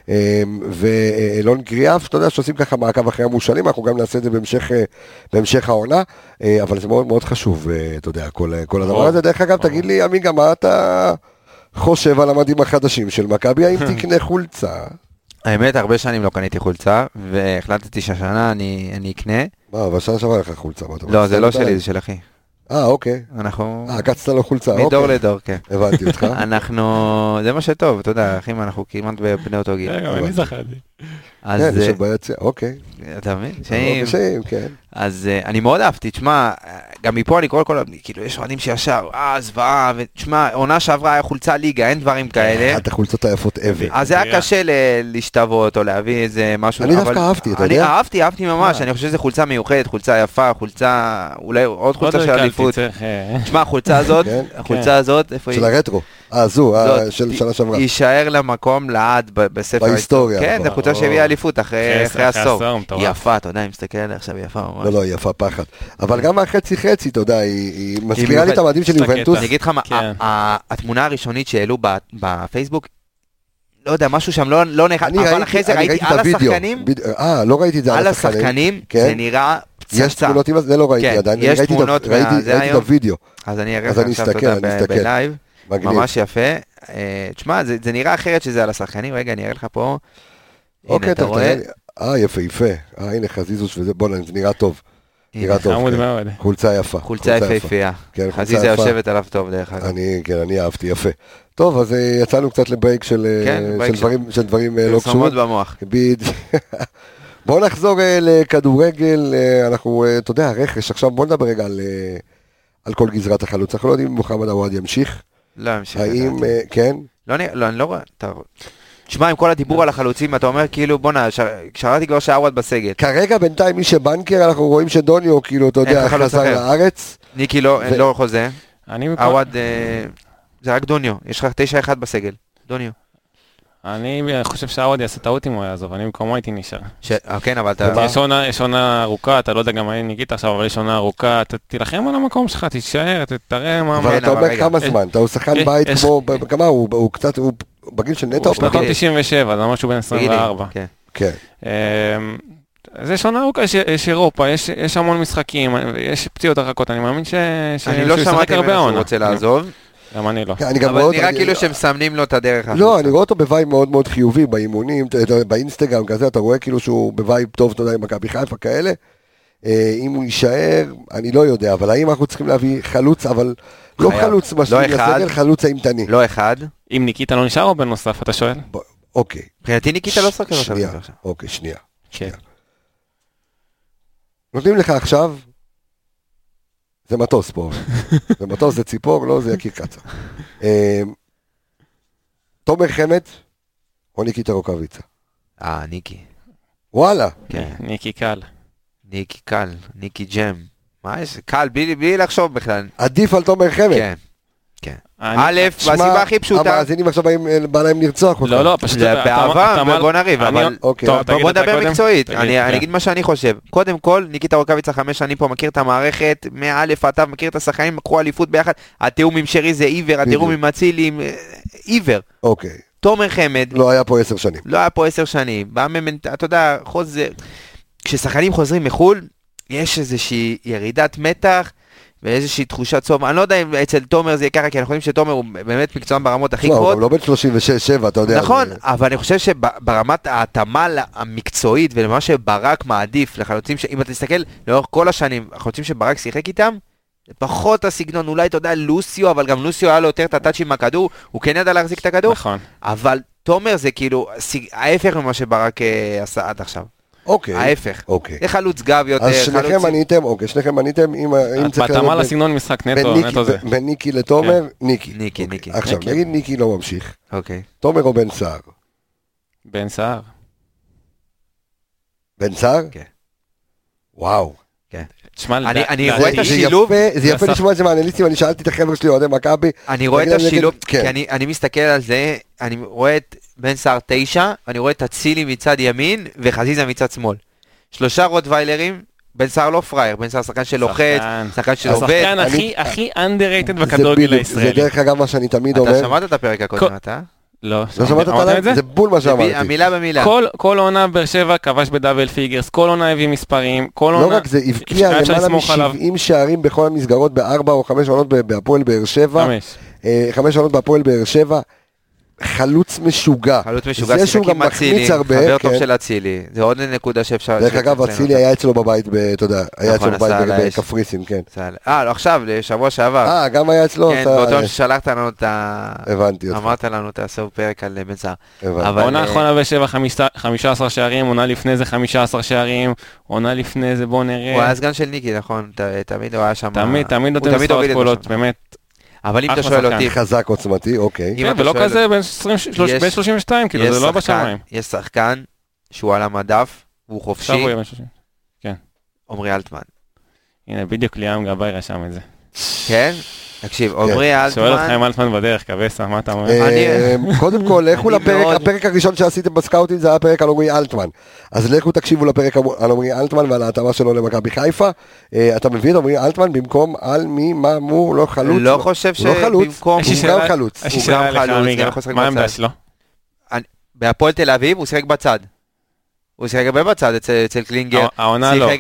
ואלון קריאף, אתה יודע, שעושים ככה מעקב אחרי המושאלים, אנחנו גם נעשה את זה בהמשך העונה, אבל זה מאוד מאוד חשוב, אתה יודע, כל הדבר הזה. דרך אגב, תגיד לי, עמיגה, מה אתה חושב על המדים החדשים של מכבי? האם תקנה חולצה? האמת, הרבה שנים לא קניתי חולצה, והחלטתי שהשנה אני אקנה. מה, אבל שנה שעברה לך חולצה. לא, זה לא שלי, זה של אחי. אוקיי. אנחנו... קצת לו חולצה, אוקיי. מדור לדור, כן. הבנתי אותך. זה מה שטוב, אתה יודע, אחים, אנחנו כמעט בני אותו גיל. גם אני זכרתי. כן, יש עוד ביציאה, אוקיי. אתה מבין? שאים, כן. אז אני מאוד אהבתי, תשמע, גם מפה אני כל, כאילו יש רעדים שישר, זוועה, ותשמע, עונה שעברה היה חולצה ליגה, אין דברים כאלה. את החולצות היפות אבי. אז זה היה קשה להשתוות או להביא איזה משהו. אני דווקא אהבתי, אתה יודע? אני אהבתי ממש, אני חושב שזו חולצה מיוחדת, חולצה יפה, חולצה, אולי עוד חולצה של אליפות. תשמע, החולצה הזאת, איפה היא? של הרטרו. זו, של שנה שעברה. יישאר למקום לעד בספר ההיסטוריה. כן, זו חולצה שהביאה אליפות אחרי עשור. היא יפה, אתה יודע, היא מסתכל עכשיו, היא יפה ממש. לא, היא יפה פחד. אבל גם החצי-חצי, אתה יודע, היא מזכירה לי את המדים של יובנטוס. אני אגיד לך מה, התמונה הראשונית שהעלו בפייסבוק, לא יודע, משהו שם לא נחת, אבל אחרי זה ראיתי על השחקנים, לא ראיתי את זה על השחקנים, זה נראה פצצה. יש תמונות עם זה, לא ראיתי עדיין, יש תמונות ראיתי את הוידאו. אז אני אראה לך עכשיו בלייב, ממש יפה. תשמע, זה נראה אחרת שזה על השחקנים, רגע, אני אראה לך פה. הנה, אתה רואה? יפה. הנה חזיזוש וזה, בוא, זה נראה טוב. נראה טוב, חולצה יפה. חולצה יפהפייה. חזיזה יושבת עליו טוב דרך אגב. אני אהבתי, יפה. טוב, אז יצאנו קצת לברייק של דברים לא קשורים. פרסומות במוח. בואו נחזור לכדורגל, אנחנו, אתה יודע, רכש, עכשיו בואו נדבר רגע על כל גזרת החלוץ. אנחנו לא יודעים אם מוחמד עוואד ימשיך. לא ימשיך. האם, כן? לא, אני לא רואה, תשמע, עם כל הדיבור על החלוצים, אתה אומר כאילו, בוא'נה, קראתי כבר שעווד בסגל. כרגע בינתיים מי שבנקר, אנחנו רואים שדוניו, כאילו, אתה יודע, חזר לארץ. ניקי לא חוזה. עווד, זה רק דוניו, יש לך 9-1 בסגל, דוניו. אני חושב שעווד יעשה טעות אם הוא יעזוב, אני במקומו הייתי נשאר. כן, אבל אתה... יש עונה ארוכה, אתה לא יודע גם מה ניגית עכשיו, אבל יש עונה ארוכה, תילחם על המקום שלך, תישאר, תראה מה... אבל אתה אומר כמה זמן, אתה הוא שחקן בית כמו, כמה הוא קצת, הוא בגיל של נטו? הוא שנתון 97, זה משהו בין 24. כן. אז יש עונה ארוכה, יש אירופה, יש המון משחקים, יש פציעות הרחקות, אני מאמין שהוא ישחק הרבה עונה. אני רוצה לעזוב. גם אני לא. אבל נראה כאילו שהם מסמנים לו את הדרך. לא, אני רואה אותו בווייב מאוד מאוד חיובי באימונים, באינסטגרם כזה, אתה רואה כאילו שהוא בווייב טוב, אתה יודע, עם מכבי חיפה כאלה. אם הוא יישאר, אני לא יודע, אבל האם אנחנו צריכים להביא חלוץ, אבל לא חלוץ משלים לסגל, חלוץ האימתני. לא אחד. אם ניקיטה לא נשאר או בנוסף, אתה שואל? אוקיי. מבחינתי ניקיטה לא סוקר עכשיו. אוקיי, שנייה. נותנים לך עכשיו, זה מטוס פה, זה מטוס, זה ציפור, לא, זה יקיר קצר. תומר חמד, או ניקיטה רוקאביצה? ניקי. וואלה. ניקי קל. ניקי קל, ניקי ג'ם. מה יש? קל, בלי לחשוב בכלל. עדיף על תומר חמד. כן. כן. א', בסיבה הכי פשוטה. המאזינים עכשיו בא להם לרצוח אותך. לא, פשוט... באהבה, בוא נריב, אבל... בוא נדבר מקצועית. אני אגיד מה שאני חושב. קודם כל, ניקיטה רוקאביצה 5 שנים פה, מכיר את המערכת, מא' עד ת', מכיר את השחקנים, מקחו אליפות ביחד. התיאום עם שרי זה עיוור, התיאום עם אצילי, עיוור. אוקיי. תומר חמד... לא היה פה 10 שנים. לא היה פה 10 שנים. אתה יודע, כששחקנים חוזרים מחול, יש איזושהי ירידת מתח, ואיזושהי תחושת סוף, אני לא יודע אם אצל תומר זה יהיה ככה, כי אנחנו חושבים שתומר הוא באמת מקצוען ברמות הכי גבוהות. הוא לא בן 36-7, אתה יודע. נכון, אבל אני חושב שברמת ההתאמה המקצועית, ולמה שברק מעדיף לחלוצים, אם אתה תסתכל לאורך כל השנים, החלוצים שברק שיחק איתם, פחות הסגנון, אולי אתה יודע לוסיו, אבל גם לוסיו היה לו יותר את הטאצ' עם הכדור, הוא כן ידע להחזיק את הכדור, אבל תומר זה כאילו ההפך ממה שברק עשה עד עכשיו. אוקיי. ההפך. אוקיי. זה חלוץ גב יותר. אז שניכם עניתם, אוקיי, שניכם עניתם, אם צריך... בהתאמה לסגנון משחק נטו זה. בין ניקי לתומר, ניקי. ניקי. עכשיו, נגיד ניקי לא ממשיך. אוקיי. תומר או בן סער? בן סער. בן סער? כן. וואו. כן. אני רואה את השילוב. זה יפה לשמוע את זה מהאנליסטים, אני שאלתי את החבר'ה שלי, אוהדי מכבי. אני רואה את השילוב, כי אני מסתכל על זה, אני רואה את בן סער 9, אני רואה את אצילי מצד ימין, וחזיזה מצד שמאל. 3 רוטוויילרים, בן סער לא פרייר, בן סער שחקן של לוחץ, שחקן של עובד. השחקן הכי underrated בכדורגל הישראלי. זה דרך אגב מה שאני תמיד אומר. אתה שמעת את הפרק הקודם, אתה? לא. לא שמעת את זה? זה בול מה שאמרתי. המילה במילה. כל עונה באר שבע כבש בדאבל פיגרס, כל עונה הביא מספרים, כל עונה... לא רק זה, הבקיע למעלה מ-70 שערים בכל המסגרות ב4 או 5 עונות בהפועל באר שבע. 5 עונות בהפועל באר שבע. חלוץ משוגע. זה שהוא גם מחמיץ הרבה. חבר טוב של אצילי. זה עוד נקודה שאפשר... דרך אגב, אצילי היה אצלו בבית, אתה יודע, היה אצלו בבית בקפריסין, כן. לא, עכשיו, שבוע שעבר. גם היה אצלו. כן, באותו ששלחת לנו את ה... הבנתי אותך. אמרת לנו, תעשו פרק על בן סער. עונה האחרונה בשבע 15 שערים, עונה לפני זה 15 שערים, עונה לפני זה בוא נראה. הוא היה סגן של ניקי, נכון? תמיד הוא היה שם... תמיד נותן מספר קולות, באמת. אבל אם אתה שואל אותי... חזק עוצמתי, אוקיי. כן, ולא כזה בין 32, כאילו, זה לא בשמיים. יש שחקן שהוא על המדף, והוא חופשי. עכשיו הוא יהיה בין 30. כן. עומרי אלטמן. הנה, בדיוק ליאם גבאי רשם את זה. כן? תקשיב, עומרי אלטמן... שואל אותך עם אלטמן בדרך, קבסה, מה אתה אומר? קודם כל, לכו לפרק, הפרק הראשון שעשיתם בסקאוטים זה היה פרק על עומרי אלטמן. אז לכו תקשיבו לפרק על עומרי אלטמן ועל ההתאמה שלו למכבי חיפה. אתה מביא את עומרי אלטמן במקום על מי, מה, מו, לא חלוץ. לא חושב שבמקום... הוא גם חלוץ. מה העמדה שלו? בהפועל תל אביב הוא שיחק בצד. הוא שיחק הרבה בצד אצל קלינגר. העונה לא.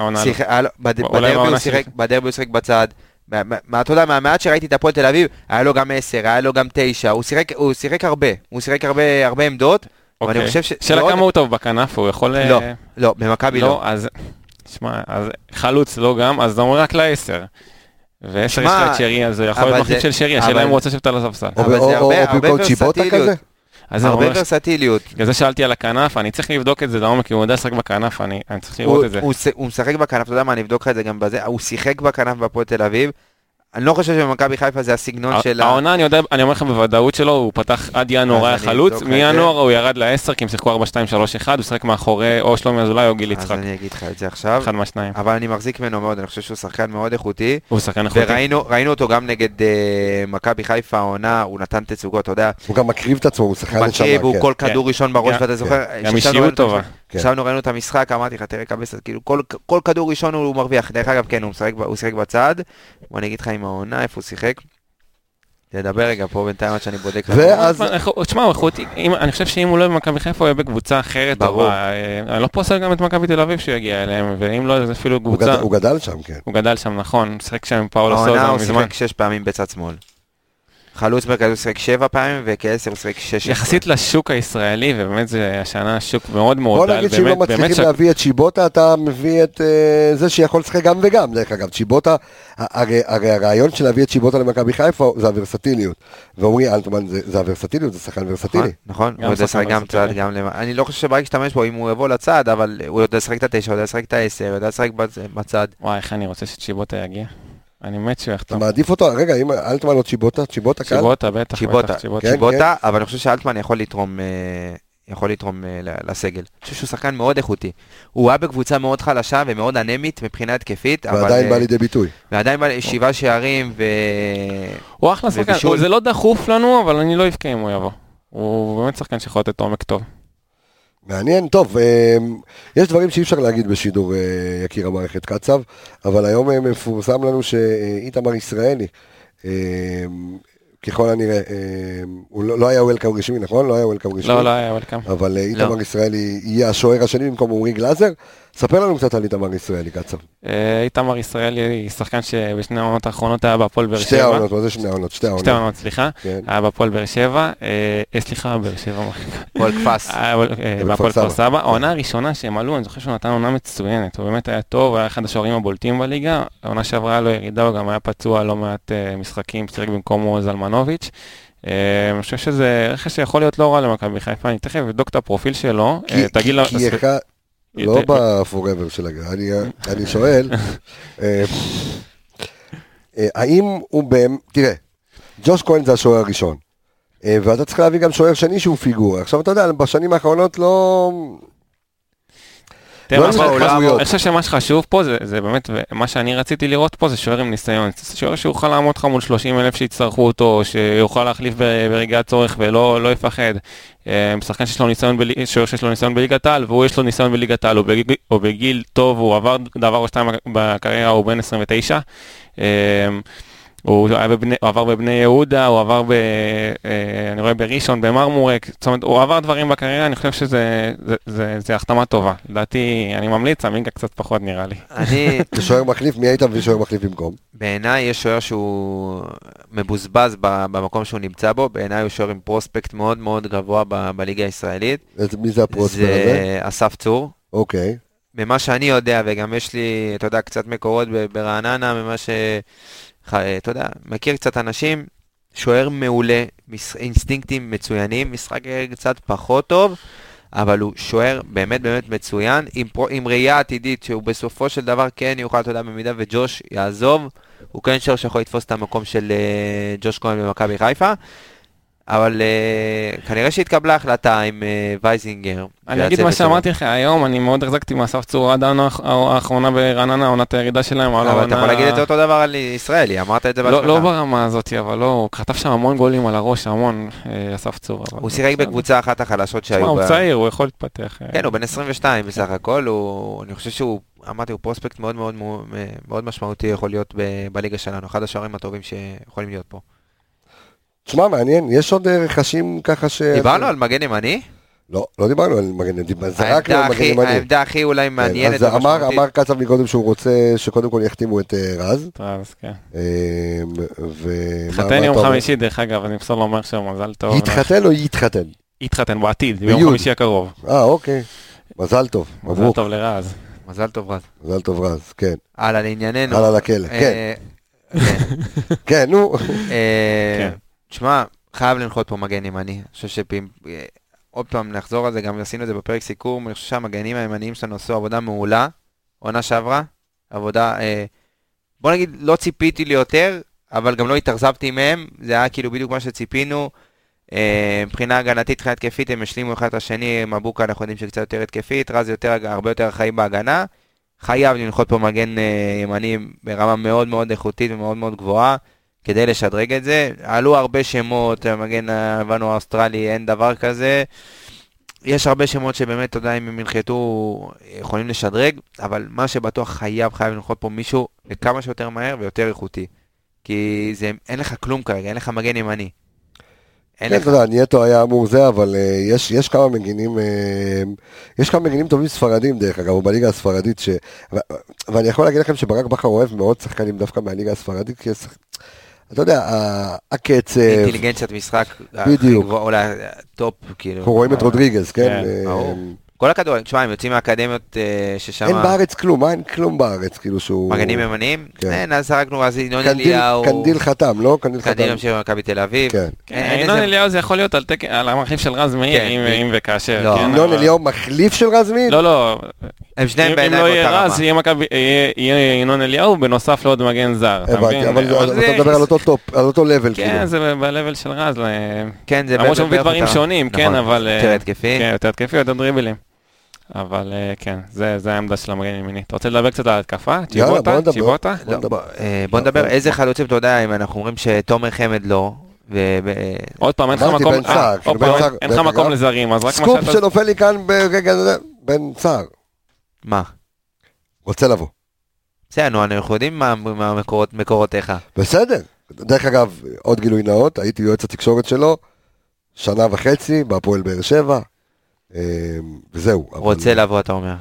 בדרבי הוא שיחק בצד. אתה יודע, מהמעט שראיתי את הפועל תל אביב, היה לו גם 10, היה לו גם 9, הוא שיחק הרבה עמדות, ואני חושב שאלה כמה הוא טוב בכנף, הוא יכול... לא, במכבי לא. אז, שמע, חלוץ לא גם, אז זה אומר רק ל10. ו10 יש לך את שרי, אז זה יכול להיות מחליף של שרי, השאלה אם הוא רוצה לשבת על הספסל. או במקום צ'יבוטה כזה? הרבה ורסטיליות. בגלל זה שאלתי על הכנף, אני צריך לבדוק את זה, כי הוא יודע לשחק בכנף, אני צריך לראות את זה. הוא משחק בכנף, אתה יודע מה, אני אבדוק לך את זה גם בזה, הוא שיחק בכנף בהפועל תל אביב, אני לא חושב שבמכבי חיפה זה הסגנון של... העונה, אני אומר לך בוודאות שלו, הוא פתח עד ינואר היה חלוץ, מינואר הוא ירד ל10, כי הם שיחקו 4-2-3-1, הוא שיחק מאחורי או שלומי אזולאי או גיל יצחק. אז אני אגיד לך את זה עכשיו. אחד מהשניים. אבל אני מחזיק ממנו מאוד, אני חושב שהוא שחקן מאוד איכותי. הוא שחקן איכותי. וראינו אותו גם נגד מכבי חיפה, העונה, הוא נתן תצוגות, אתה יודע. הוא גם מקריב את עצמו, הוא שחקן נשמה. מקריב, הוא כל כדור ראשון בראש, ואתה זוכר. גם אישיות טובה. עכשיו ראינו את המשחק, אמרתי לך, תראה קבסת, כאילו כל כדור ראשון הוא מרוויח. דרך אגב, כן, הוא שיחק בצד. בוא נגיד לך עם העונה, איפה הוא שיחק. תדבר רגע פה בינתיים עד שאני בודק. תשמע, אני חושב שאם הוא לא במכבי חיפה, הוא יהיה בקבוצה אחרת. ברור. אני לא פוסל גם את מכבי תל אביב שהוא יגיע אליהם, ואם לא, זה אפילו קבוצה. הוא גדל שם, כן. הוא גדל שם, נכון. הוא שיחק שם עם פאולו סוזה מזמן. הוא שיחק 6 פעמים בצד שמאל. חלוץ מרכז הוא שיחק 7 פעמים, וכ10 הוא שיחק 6. יחסית לשוק הישראלי, ובאמת זה השנה שוק מאוד מאוד דל. בוא נגיד שאם לא מצליחים להביא את שיבוטה, אתה מביא את זה שיכול לשחק גם וגם. דרך אגב, שיבוטה, הרי הרעיון של להביא את שיבוטה למכבי חיפה זה הוורסטיליות. ואומרי אלטמן, זה הוורסטיליות, זה שחקן ורסטילי. נכון, הוא יודע לשחק גם צד, גם למעלה. אני לא חושב שבא להשתמש בו אם הוא יבוא לצד, אבל הוא יודע לשחק את ה9, הוא יודע לשחק את ה10, הוא יודע לשחק בצד. וואי, איך אני רוצה ששיבוטה יגיע. אני מת שהוא יחתום. אתה מעדיף אותו? רגע, אם אלטמן או צ'יבוטה קל? צ'יבוטה, בטח. צ'יבוטה, אבל אני חושב שאלטמן יכול לתרום לסגל. אני חושב שהוא שחקן מאוד איכותי. הוא היה בקבוצה מאוד חלשה ומאוד אנמית מבחינה התקפית. ועדיין בא לידי ביטוי. ועדיין בא 7 שערים הוא אחלה שחקן. זה לא דחוף לנו, אבל אני לא אבכה אם הוא יבוא. הוא באמת שחקן שיכול לתת עומק טוב. מעניין, טוב, יש דברים שאי אפשר להגיד בשידור יקיר המערכת קצב, אבל היום מפורסם לנו שאיתמר ישראלי, ככל הנראה, הוא לא היה וולקאם רשמי, נכון? לא היה וולקאם רשמי. לא היה וולקאם. אבל איתמר ישראלי יהיה השוער השני במקום עומרי גלאזר. ספר לנו קצת על איתמר ישראלי, קצב. איתמר ישראלי היא שחקן שבשני העונות האחרונות היה בהפועל באר שבע. שתי העונות, מה זה שני העונות? שתי העונות, סליחה. היה בהפועל באר שבע. סליחה, באר שבע. הפועל כפס. בהפועל כפר סבא. העונה הראשונה שהם עלו, אני זוכר שהוא נתן עונה מצוינת. הוא באמת היה טוב, היה אחד השוערים הבולטים בליגה. העונה שעברה לו ירידה, הוא גם היה פצוע לא מעט משחקים, שיחק במקומו זלמנוביץ'. אני חושב שזה רכש שיכול להיות לא רע למכבי חיפה. אני תכף אבדוק את הפרופיל שלו. לא בפוראבר של הגר, אני שואל, האם הוא תראה, ג'וש כהן זה השוער הראשון, ואתה צריך להביא גם שוער שני שהוא פיגורה, עכשיו אתה יודע, בשנים האחרונות לא... אני חושב שמה שחשוב פה זה באמת, מה שאני רציתי לראות פה זה שוער עם ניסיון, שוער שיוכל לעמוד לך מול 30,000 שיצטרכו אותו, שיוכל להחליף ברגע הצורך ולא יפחד, שחקן שיש לו ניסיון בליגת העל, והוא יש לו ניסיון בליגת העל, הוא בגיל טוב, הוא עבר דבר או שתיים בקריירה, הוא בן 29, הוא עבר בבני יהודה, הוא עבר אני רואה בראשון, במרמורק, זאת אומרת, הוא עבר דברים בקריירה, אני חושב שזה החתמה טובה. לדעתי, אני ממליץ, אמינגה קצת פחות נראה לי. זה שוער מחליף, מי היית ושוער מחליף במקום? בעיניי יש שוער שהוא מבוזבז במקום שהוא נמצא בו, בעיניי הוא שוער עם פרוספקט מאוד מאוד גבוה בליגה הישראלית. מי זה הפרוספקט הזה? זה אסף צור. אוקיי. ממה שאני יודע, וגם יש לי, אתה יודע, קצת מקורות ברעננה, ממה אתה יודע, מכיר קצת אנשים, שוער מעולה, אינסטינקטים מצוינים, משחק קצת פחות טוב, אבל הוא שוער באמת באמת מצוין, עם ראייה עתידית שהוא בסופו של דבר כן יוכל, אתה יודע, במידה וג'וש יעזוב, הוא כן שוער שיכול לתפוס את המקום של ג'וש כהן במכבי חיפה, אבל כנראה שהתקבלה החלטה עם וייזינגר. אני אגיד מה שאמרתי לך היום, אני מאוד החזקתי מאסף צור עד העונה האחרונה ברעננה, עונת הירידה שלהם. אבל אתה יכול להגיד את אותו דבר על ישראלי, אמרת את זה בעצמך. לא ברמה הזאת, אבל לא, הוא כתב שם המון גולים על הראש, המון אסף צור. הוא שיחק בקבוצה אחת החלשות שהיו בה. הוא צעיר, הוא יכול להתפתח. כן, הוא בן 22 בסך הכל, אני חושב שהוא, אמרתי, הוא פרוספקט מאוד מאוד מאוד משמעותי יכול להיות בליגה שלנו, אחד השוערים הטובים שיכולים להיות פה. תשמע, מעניין, יש עוד רכשים ככה דיברנו על מגן ימני? לא דיברנו על מגן ימני, זרקנו על מגן ימני. העמדה הכי אולי מעניינת. אז אמר קצב מקודם שהוא רוצה שקודם כל יחתימו את רז. רז, כן. התחתן יום חמישי, דרך אגב, אני בסדר לומר שמזל טוב. יתחתן או יתחתן? יתחתן בעתיד, ביום חמישי הקרוב. אוקיי. מזל טוב. מזל טוב לרז. מזל טוב רז. מזל טוב רז, כן. הלאה לענייננו. הלאה לכלא, כן. כן, נו. תשמע, חייב לנחות פה מגן ימני. אני חושב עוד פעם נחזור על זה, גם עשינו את זה בפרק סיכום, אני חושב שהמגנים הימניים שלנו עשו עבודה מעולה, עונה שעברה, עבודה, בוא נגיד, לא ציפיתי לי יותר, אבל גם לא התאכזבתי מהם, זה היה כאילו בדיוק מה שציפינו, מבחינה הגנתית, מבחינה התקפית, הם השלימו אחד את השני, מבוקה אנחנו יודעים שקצת יותר התקפית, רז הרבה יותר חיים בהגנה, חייב לנחות פה מגן ימני ברמה מאוד מאוד איכותית ומאוד מאוד גבוהה, כדי לשדרג את זה. עלו הרבה שמות, המגן הבנו האוסטרלי, אין דבר כזה. יש הרבה שמות שבאמת, אתה יודע, אם הם ינחתו, יכולים לשדרג, אבל מה שבטוח חייב לנחות פה מישהו לכמה שיותר מהר ויותר איכותי. כי זה, אין לך כלום כרגע, אין לך מגן ימני. כן, אתה יודע, נייטו היה אמור זה, אבל יש כמה מגינים טובים ספרדים דרך אגב, בליגה הספרדית, ואני יכול להגיד לכם שברק בכר אוהב מאוד שחקנים דווקא מהליגה הספרדית, כי אתה יודע, הקצב, אינטליגנציית משחק, בדיוק, אולי טופ, כאילו. אנחנו רואים את רודריגז, כן? כל הכדורגל, תשמע, הם יוצאים מהאקדמיות ששם... אין בארץ כלום, אין כלום בארץ, כאילו שהוא... מגנים ימניים? אין, אז שרקנו, אז ינון אליהו... קנדיל חתם, לא? קנדיל ימשיך במכבי תל אביב. ינון אליהו זה יכול להיות על המחליף של רז מאיר, אם וכאשר. ינון אליהו מחליף של רז מאיר? לא. הם שניהם בעיניי אם לא יהיה רז, יהיה ינון אליהו בנוסף לעוד מגן זר. אבל אתה מדבר על אותו לבל. כן, זה בלבל של רז. כן, זה למרות שהוא מביא דברים שונים, כן, אבל... יותר התקפי. כן, יותר התקפי, יותר דריבלים. אבל כן, זה העמדה של המגן ימיני. אתה רוצה לדבר קצת על התקפה? צ'יבוטה? בוא נדבר, איזה חלוצים אתה יודע, אם אנחנו אומרים שתומר חמד לא, עוד פעם, אין לך מקום לזרים, אז רק מה סקופ שנופל לי כאן ברגע בן צער. מה? רוצה לבוא. בסדר, אנחנו יודעים מה מקורותיך. בסדר. דרך אגב, עוד גילוי נאות, הייתי יועץ התקשורת שלו, 1.5 שנה בהפועל באר שבע. וזהו. רוצה לבוא, אתה אומר.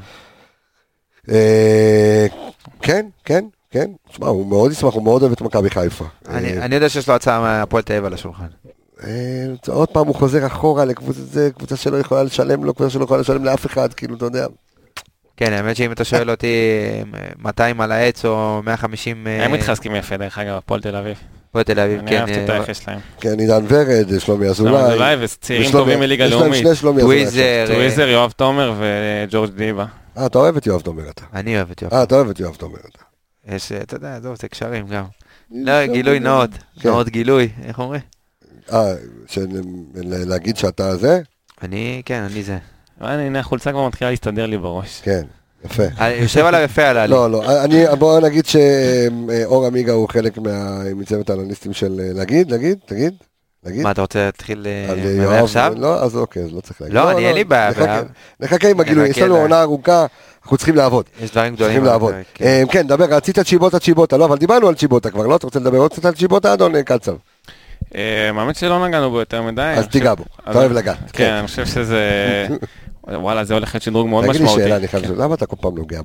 כן. תשמע, הוא מאוד ישמח, הוא מאוד אוהב את מכבי חיפה. אני יודע שיש לו הצעה מהפועל תל אביב על השולחן. עוד פעם הוא חוזר אחורה לקבוצה שלא יכולה לשלם לו, קבוצה שלא יכולה לשלם לאף אחד, כאילו, אתה יודע. כן, האמת שאם אתה שואל אותי 200 על העץ או 150... הם מתחזקים יפה, דרך אגב, הפועל תל אביב. הפועל תל אביב, כן. אני אהבתי את היחס שלהם. כן, עידן ורד, שלומי אזולאי. וצעירים טובים מליגה לאומית. טוויזר, יואב תומר וג'ורג' דיבה. אתה אוהב את יואב תומר אתה. אני אוהב את יואב תומר. אתה אוהב את יואב תומר אתה. יש, אתה יודע, זה קשרים גם. לא, גילוי נאות. נאות גילוי, איך אומרים? להגיד שאתה זה? כן, אני זה. הנה, החולצה כבר מתחילה להסתדר לי בראש. כן, יפה. יושב עליו יפה עלה לי. לא, בוא נגיד שאור עמיגה הוא חלק מצוות האנליסטים של להגיד. מה, אתה רוצה להתחיל עכשיו? לא, אז אוקיי, אז לא צריך להגיד. לא, אני אין לי בעיה. נחכה עם הגילוי, יש לנו עונה ארוכה, אנחנו צריכים לעבוד. יש דברים גדולים. כן, דבר, רצית צ'יבוטה, לא, אבל דיברנו על צ'יבוטה כבר, לא? אתה רוצה לדבר עוד קצת על צ'יבוטה, אדון קצב? מאמין שלא נגענו בו יותר מדי. אז תיגע בו, אתה אוהב לגעת. כן, אני חושב שזה... וואלה, זה הולך להיות שדרוג מאוד משמעותי. תגיד לי שאלה, אני חייב לשאול, למה אתה כל פעם נוגע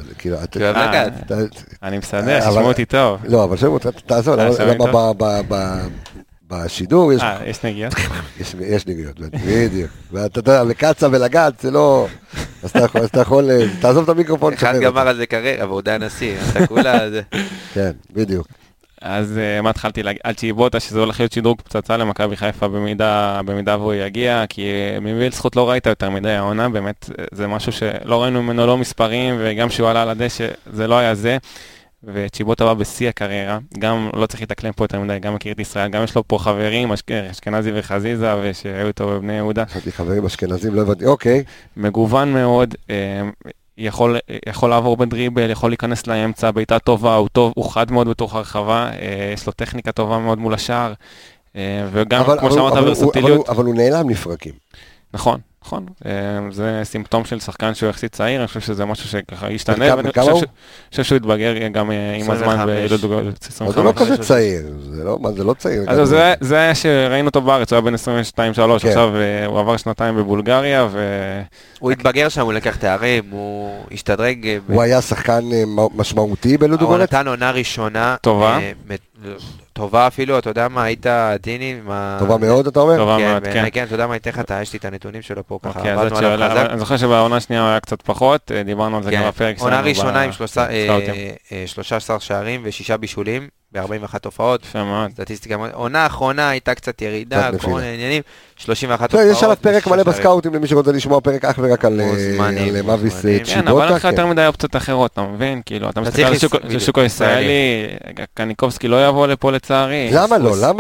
אני מסדר, תשמעו אותי טוב. לא, אבל תעזור, למה בשידור יש נגיעות? יש נגיעות, בדיוק. ואתה יודע, לקצה ולגעת, זה לא... אז אתה יכול, תעזוב את המיקרופון. אחד גמר על זה קריירה, והוא די הנשיא, אתה כולה זה. כן, בדיוק. אז מה התחלתי להגיד? על צ'יבוטה, שזה הולך להיות שדרוג פצצה למכבי חיפה במידה והוא יגיע, כי מביא לזכות לא ראית יותר מדי העונה, באמת זה משהו שלא ראינו ממנו לא מספרים, וגם שהוא עלה על הדשא, זה לא היה זה, וצ'יבוטה בא בשיא הקריירה, גם לא צריך להתאקלם פה יותר מדי, גם מכיר את ישראל, גם יש לו פה חברים, אשכנזי וחזיזה, ושהיו איתו בבני יהודה. חשבתי חברים אשכנזים, לא הבנתי, אוקיי. מגוון מאוד, יכול לעבור בדריבל, יכול להיכנס לאמצע, בעיטה טובה, הוא חד מאוד בתוך הרחבה, יש לו טכניקה טובה מאוד מול השער, וגם כמו שאמרת ברסטיליות. אבל הוא נעלם לפרקים. נכון, נכון, זה סימפטום של שחקן שהוא יחסית צעיר, אני חושב שזה משהו שככה ישתנה, ואני חושב שהוא יתבגר גם עם הזמן בילוד 25. זה לא כזה צעיר, זה לא צעיר. אז זה היה שראינו אותו בארץ, הוא היה בן 22-3, עכשיו הוא עבר שנתיים בבולגריה, הוא התבגר שם, הוא לקח תארים, הוא השתדרג. הוא היה שחקן משמעותי בילוד הוא נתן עונה ראשונה. טובה. טובה אפילו, אתה יודע מה, היית עדיני. טובה מאוד, אתה אומר? טובה מאוד, כן. כן, אתה יודע מה, יש לי את הנתונים שלו פה ככה. אני זוכר שבעונה שנייה הוא היה קצת פחות, דיברנו על זה גם בפרק שלנו. עונה ראשונה עם 13 שערים ו6 בישולים, ב-41 הופעות. סטטיסטיקה, עונה האחרונה הייתה קצת ירידה, כל מיני עניינים, 31 הופעות. יש עליו פרק מלא בסקאוטים למי שרוצה לשמוע פרק אך ורק על מאביס צ'יבוטה. כן, אבל אין לך יותר מדי אופציות אחרות, אתה מבין? כאילו, אתה מסתכל על שוק הישראלי, קניקובסקי לא יבוא לפה לצערי. למה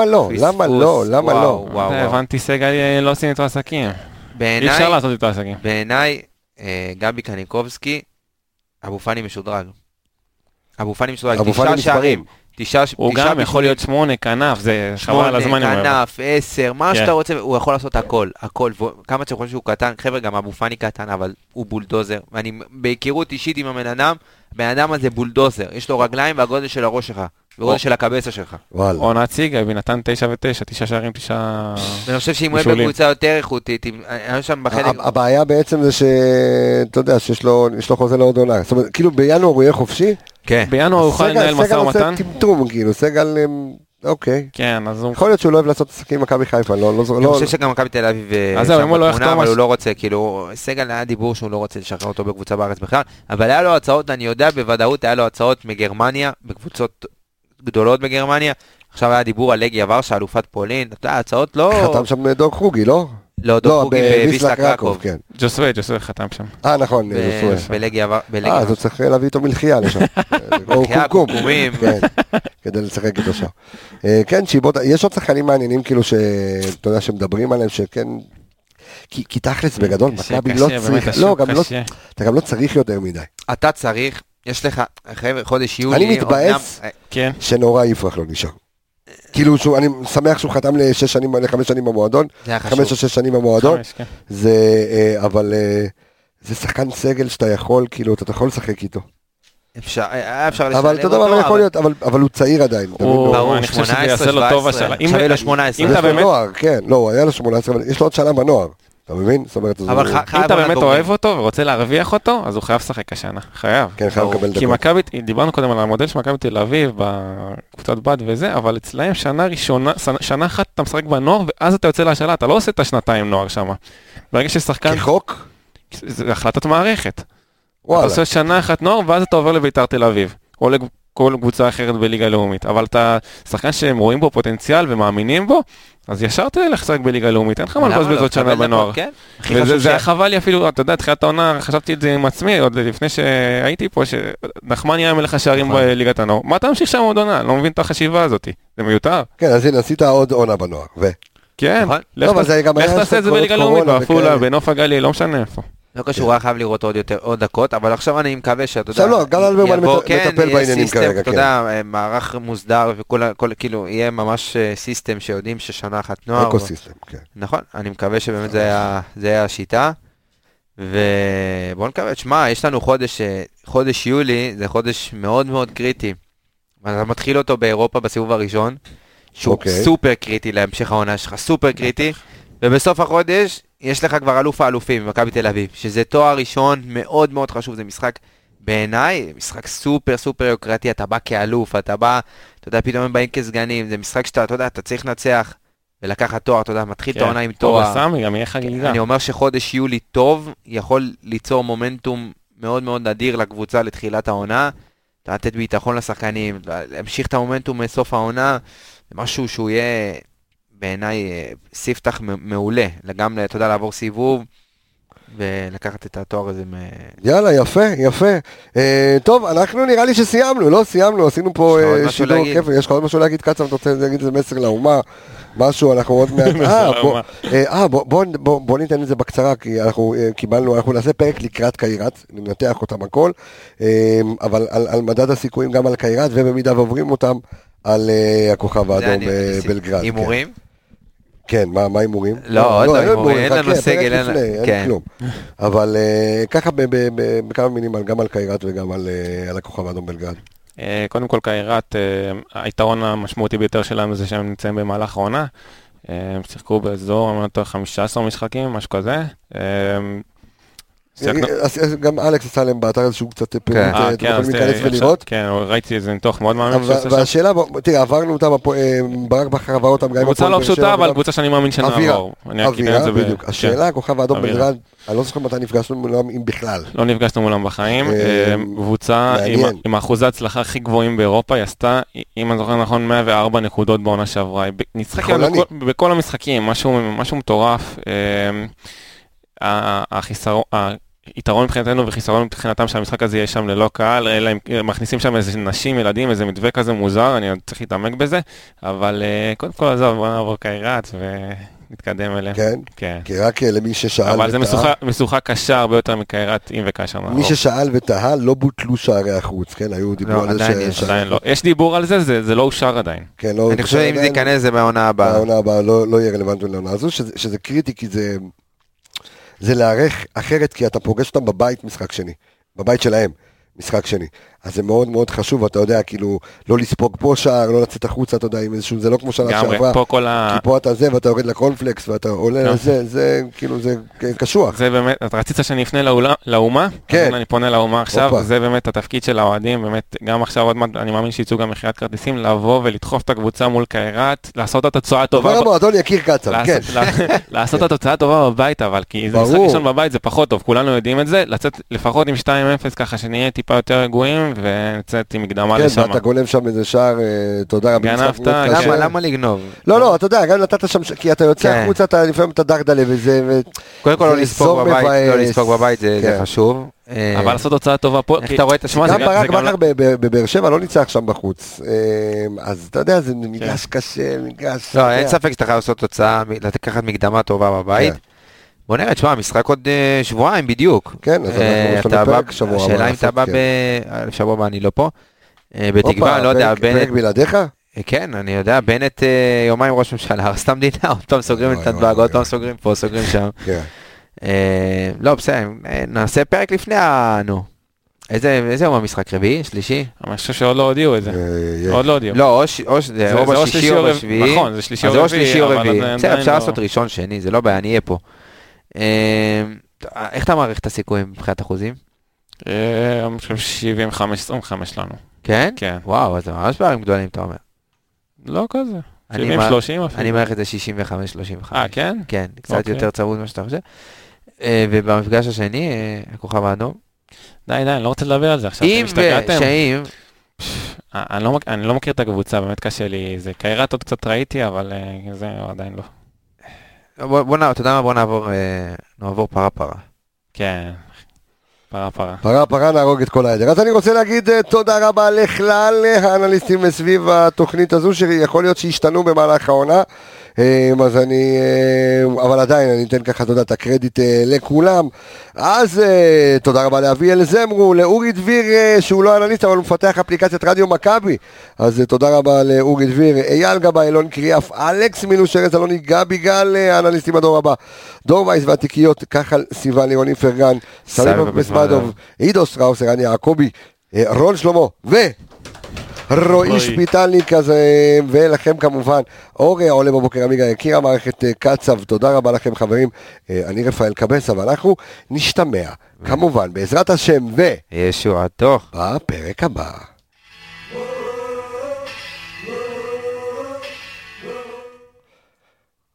לא? הבנתי סגל לא עושים איתו עסקים. אי אפשר לעשות איתו עסקים. בעיניי, גבי קניקובסקי, אבו פאני משודרג. 9 שערים. הוא גם יכול להיות 8 כנף, זה חבל על הזמן. 8 כנף, 10, מה שאתה רוצה, הוא יכול לעשות הכל. כמה שאתה חושב שהוא קטן, חבר'ה, גם אבו פאני קטן, אבל הוא בולדוזר. ואני בהיכרות אישית עם הבן אדם הזה בולדוזר. יש לו רגליים והגודל של הראש שלך. בגודל של הקבסה שלך. או נציג, נתן 9 ו9, 9 שערים, 9 ואני חושב שאם הוא יהיה בקבוצה יותר איכותית, הבעיה בעצם זה שאתה יודע, שיש לו חוזה לעוד עונה. זאת אומרת, כאילו בינואר הוא יהיה חופשי? כן. בינואר הוא יכול לנהל משא ומתן? סגל עושה טמטום, כאילו, סגל, אוקיי. כן, אז הוא... יכול להיות שהוא לא אוהב לעשות עסקים עם מכבי חיפה, אני חושב שגם מכבי תל אביב אבל הוא לא רוצה, כאילו, סגל היה דיבור שהוא לא רוצה לשחרר אותו בקבוצה בארץ בכלל, אבל היה לו הצעות, אני יודע בוודאות, היה לו הצעות מגרמניה, בקבוצות גדולות בגרמניה, עכשיו היה דיבור על לגיה ורשה, אלופת פולין, הצעות לא... חתם שם דור חוגי, לא? לא, דור חוגי בוויסלה קרקוב. ג'וסווה חתם שם. נכון, ג'וסווה. בלגיה... אז הוא צריך להביא איתו מלחייה לשם. מלחייה, קומקומים. כדי לשחק איתו שם. כן, צ'יבוטה, יש עוד שחקנים מעניינים כאילו שאתה יודע שמדברים עליהם שכן... כי תכלס בגדול, מכבי לא צריך... לא, אתה גם לא צריך יותר מדי. אתה צריך... יש לך, חודש יולי... אני מתבאס שנורא יפרח לא נשאר. כאילו, אני שמח שהוא חתם ל5 שנים במועדון, 5 או 6 שנים במועדון, אבל זה שחקן סגל שאתה יכול, כאילו, אתה יכול לשחק איתו. אפשר לשלם אבל אתה יודע מה יכול להיות, אבל הוא צעיר עדיין. אני חושב שזה יעשה לו טוב השאלה. שווה לו 18. אם אתה באמת... כן, לא, הוא היה לו 18, אבל יש לו עוד שנה בנוער. אתה מבין? זאת אומרת, אם אתה באמת אוהב אותו ורוצה להרוויח אותו, אז הוא חייב לשחק השנה. חייב. כן, חייב לקבל דקות. כי מכבי, דיברנו קודם על המודל של מכבי תל אביב, בקבוצת בד וזה, אבל אצלהם שנה אחת אתה משחק בנוער, ואז אתה יוצא להשאלה, אתה לא עושה את השנתיים נוער שם. ברגע ששחקן... כחוק? זה החלטת מערכת. וואלה. אתה עושה שנה אחת נוער, ואז אתה עובר לביתר תל אביב. או לכל קבוצה אחרת בליגה לאומית. אבל אתה שחקן שהם רואים בו פוטנציאל ומאמינים בו, אז ישר תלך לשחק בליגה לאומית, אין לך מה לבזבז עוד שנה בנוער. וזה היה חבל לי אפילו, אתה יודע, תחילת העונה, חשבתי את זה עם עצמי, עוד לפני שהייתי פה, שנחמן יהיה מלך השערים בליגת הנוער. מה אתה ממשיך שם עוד עונה? לא מבין את החשיבה הזאת. זה מיותר. כן, אז הנה, עשית עוד עונה בנוער, כן, לך תעשה את זה בליגה לאומית, בעפולה, בנוף הגליל, לא משנה איפה. לא קשור, היה חייב לראות עוד דקות, אבל עכשיו אני מקווה שאתה יודע... לא, גל אלברמן מטפל בעניינים כרגע, אתה יודע, מערך מוסדר וכל, כאילו, יהיה ממש סיסטם שיודעים ששנה אחת נוער. אקוסיסטם, כן. נכון, אני מקווה שבאמת זה היה השיטה, ובואו נקווה, שמה, יש לנו חודש יולי, זה חודש מאוד מאוד קריטי, אתה מתחיל אותו באירופה בסיבוב הראשון, שהוא סופר קריטי להמשך העונה שלך, סופר קריטי, ובסוף החודש יש לך כבר אלוף האלופים במכבי תל אביב, שזה תואר ראשון מאוד מאוד חשוב, זה משחק בעיניי, משחק סופר סופר יוקרתי, אתה בא כאלוף, אתה בא, אתה יודע, פתאום הם באים כסגנים, זה משחק שאתה, אתה יודע, אתה צריך לנצח ולקחת תואר, אתה יודע, מתחיל את העונה עם תואר. טוב, הסמי, גם יהיה חגיגה. אני אומר שחודש יולי טוב, יכול ליצור מומנטום מאוד מאוד נדיר לקבוצה לתחילת העונה, לתת ביטחון לשחקנים, להמשיך את המומנטום מסוף העונה, זה משהו שהוא יהיה... בעיניי ספתח מעולה, גם, אתה יודע, לעבור סיבוב, ולקחת את התואר הזה יאללה, יפה. טוב, אנחנו נראה לי שסיימנו, לא סיימנו, עשינו פה שידור כיף, יש לך עוד משהו להגיד, קצר, אתה רוצה להגיד איזה מסר לאומה, משהו, אנחנו עוד מעט, בוא ניתן את זה בקצרה, כי אנחנו קיבלנו, אנחנו נעשה פרק לקראת קיירת, ננתח אותם הכל, אבל על מדד הסיכויים גם על קיירת, ובמידה ועוברים אותם, על הכוכב האדום בלגרד. הימורים? כן, מה הימורים? לא, עוד לא הימורים, אין לנו סגל, אין כלום. אבל ככה בכמה מינים, גם על קיירת וגם על הכוכב האדום בלגרד. קודם כל קיירת, היתרון המשמעותי ביותר שלנו זה שהם נמצאים במהלך העונה. הם שיחקו באזור 15 משחקים, משהו כזה. גם אלכס עשה להם באתר איזשהו קצת פירוט, אתם יכולים להיכנס ולראות. כן, ראיתי איזה ניתוח מאוד מאמין. והשאלה, תראה, עברנו אותם, ברק בכר עבר אותם גם עם קבוצה לא פשוטה, אבל קבוצה שאני מאמין שנעבור. אווירה, בדיוק. השאלה, הכוכב האדום בלגרד, אני לא זוכר מתי נפגשנו מולם, אם בכלל. לא נפגשנו מולם בחיים. קבוצה עם אחוזי הצלחה הכי גבוהים באירופה, היא עשתה, אם אני זוכר נכון, 104 נקודות בעונה שעברה. נצחקה בכל המשחקים, משהו מטורף. היתרון מבחינתנו וחיסרון מבחינתם שהמשחק הזה יהיה שם ללא קהל, אלא הם מכניסים שם איזה נשים, ילדים, איזה מתווה כזה מוזר, אני צריך להתעמק בזה, אבל קודם כל עזוב, בוא נעבור קיירת ונתקדם אליהם. כן? כן. כי רק למי ששאל אבל זה משוכה קשה הרבה יותר מקיירת, אם וכאשר נעבור. מי ששאל ותהה, לא בוטלו שערי החוץ, כן? היו דיבור על זה עדיין לא. יש דיבור על זה, זה לא אושר עדיין. אני חושב אם זה ייכנס זה בעונה הבאה. בעונה הבאה לא יהיה רלוונטי לעונה הזו, שזה קריטי, כי זה להערך אחרת, כי אתה פוגש אותם בבית משחק שני, בבית שלהם משחק שני, אז זה מאוד מאוד חשוב, אתה יודע, כאילו, לא לספוג פה שער, לא לצאת החוצה, אתה יודע, עם איזשהו, זה לא כמו שנה שעברה, כי פה אתה זה, ואתה יורד לקונפלקס, ואתה עולה לזה, זה כאילו, זה קשוח. זה באמת, אתה רצית שאני אפנה לאומה? כן. אני פונה לאומה עכשיו, זה באמת התפקיד של האוהדים, באמת, גם עכשיו עוד מעט, אני מאמין שיצאו גם מחיית כרטיסים, לבוא ולדחוף את הקבוצה מול קיירת, לעשות את התוצאה טובה. דבר המועדון יכיר קצב, כן. לעשות את התוצאה טובה בבית, אבל כי זה משחק ראשון בבית, זה פחות טוב, כולנו יודעים את זה, לצאת לפחות עם 2-0 ככה שנהיה טיפה יותר רגועים ונצאת עם מקדמה לשם. כן, ואתה גולם שם איזה שער, תודה רבה. גנבת, למה לגנוב? לא, אתה יודע, גם נתת שם, כי אתה יוצא החוצה, אתה לפעמים אתה דרדלה וזה, קודם כל לא לספוג בבית, זה חשוב. אבל לעשות הוצאה טובה פה, איך אתה רואה את השמונה? גם ברק בכר בבאר שבע לא ניצח שם בחוץ, אז אתה יודע, זה מגרש קשה, מגרש... לא, אין ספק שאתה חייב לעשות תוצאה, לקחת מקדמה טובה בבית. בוא נראה, תשמע, המשחק עוד שבועיים בדיוק. כן, אז אנחנו נפרק שבוע הבא. השאלה אם אתה בא בשבוע הבא, אני לא פה. בתקווה, לא יודע, בנט... פרק בלעדיך? כן, אני יודע, בנט יומיים ראש ממשלה, הרסת המדינה, אותם סוגרים את נתב"ג, אותם סוגרים פה, סוגרים שם. לא, בסדר, נעשה פרק לפני איזה יום המשחק? רביעי? שלישי? אני חושב שעוד לא הודיעו את זה. עוד לא הודיעו. לא, או בשישי או בשביעי. נכון, זה שלישי או רביעי. בסדר, אפשר לעשות ראשון, שני, זה לא בעיה, אני אהיה פה. איך אתה מעריך את הסיכויים מבחינת אחוזים? אני חושב 75-25 לנו. כן? כן. וואו, אז ממש פערים גדולים, אתה אומר. לא כזה. 70-30 אפילו. אני מעריך את זה 65-35. כן? כן, קצת יותר צמוד מה שאתה חושב. ובמפגש השני, הכוכב האדום. די, אני לא רוצה לדבר על זה עכשיו. אם ושאים... אני לא מכיר את הקבוצה, באמת קשה לי. זה קיירת עוד קצת ראיתי, אבל זה עדיין לא. אתה יודע מה? בוא נעבור פרה. כן, פרה. פרה נהרוג את כל העדר. אז אני רוצה להגיד תודה רבה לכלל האנליסטים סביב התוכנית הזו, שיכול להיות שהשתנו במהלך העונה, אז אבל עדיין אני אתן ככה תודה את הקרדיט לכולם. אז תודה רבה לאביאל זמרו, לאורי דביר שהוא לא אנליסט אבל הוא מפתח אפליקציית רדיו מכבי, אז תודה רבה לאורי דביר, אייל גבה, אלון קריאף, אלכס מילוש, ארז אלוני, גבי גל, האנליסטים הדור הבא, דור וייס והתיקיות, כחל סיוון, לירוני פרגן, סליב בסמדוב, עידו סטראוס, רני יעקובי, רון שלמה רועי שפיטלניק כזה, ולכם כמובן אורי העולה בבוקר עמיגה יקיר המערכת קצב, תודה רבה לכם חברים, אני רפאל קבסה ואנחנו נשתמע כמובן בעזרת השם וישועתו בפרק הבא.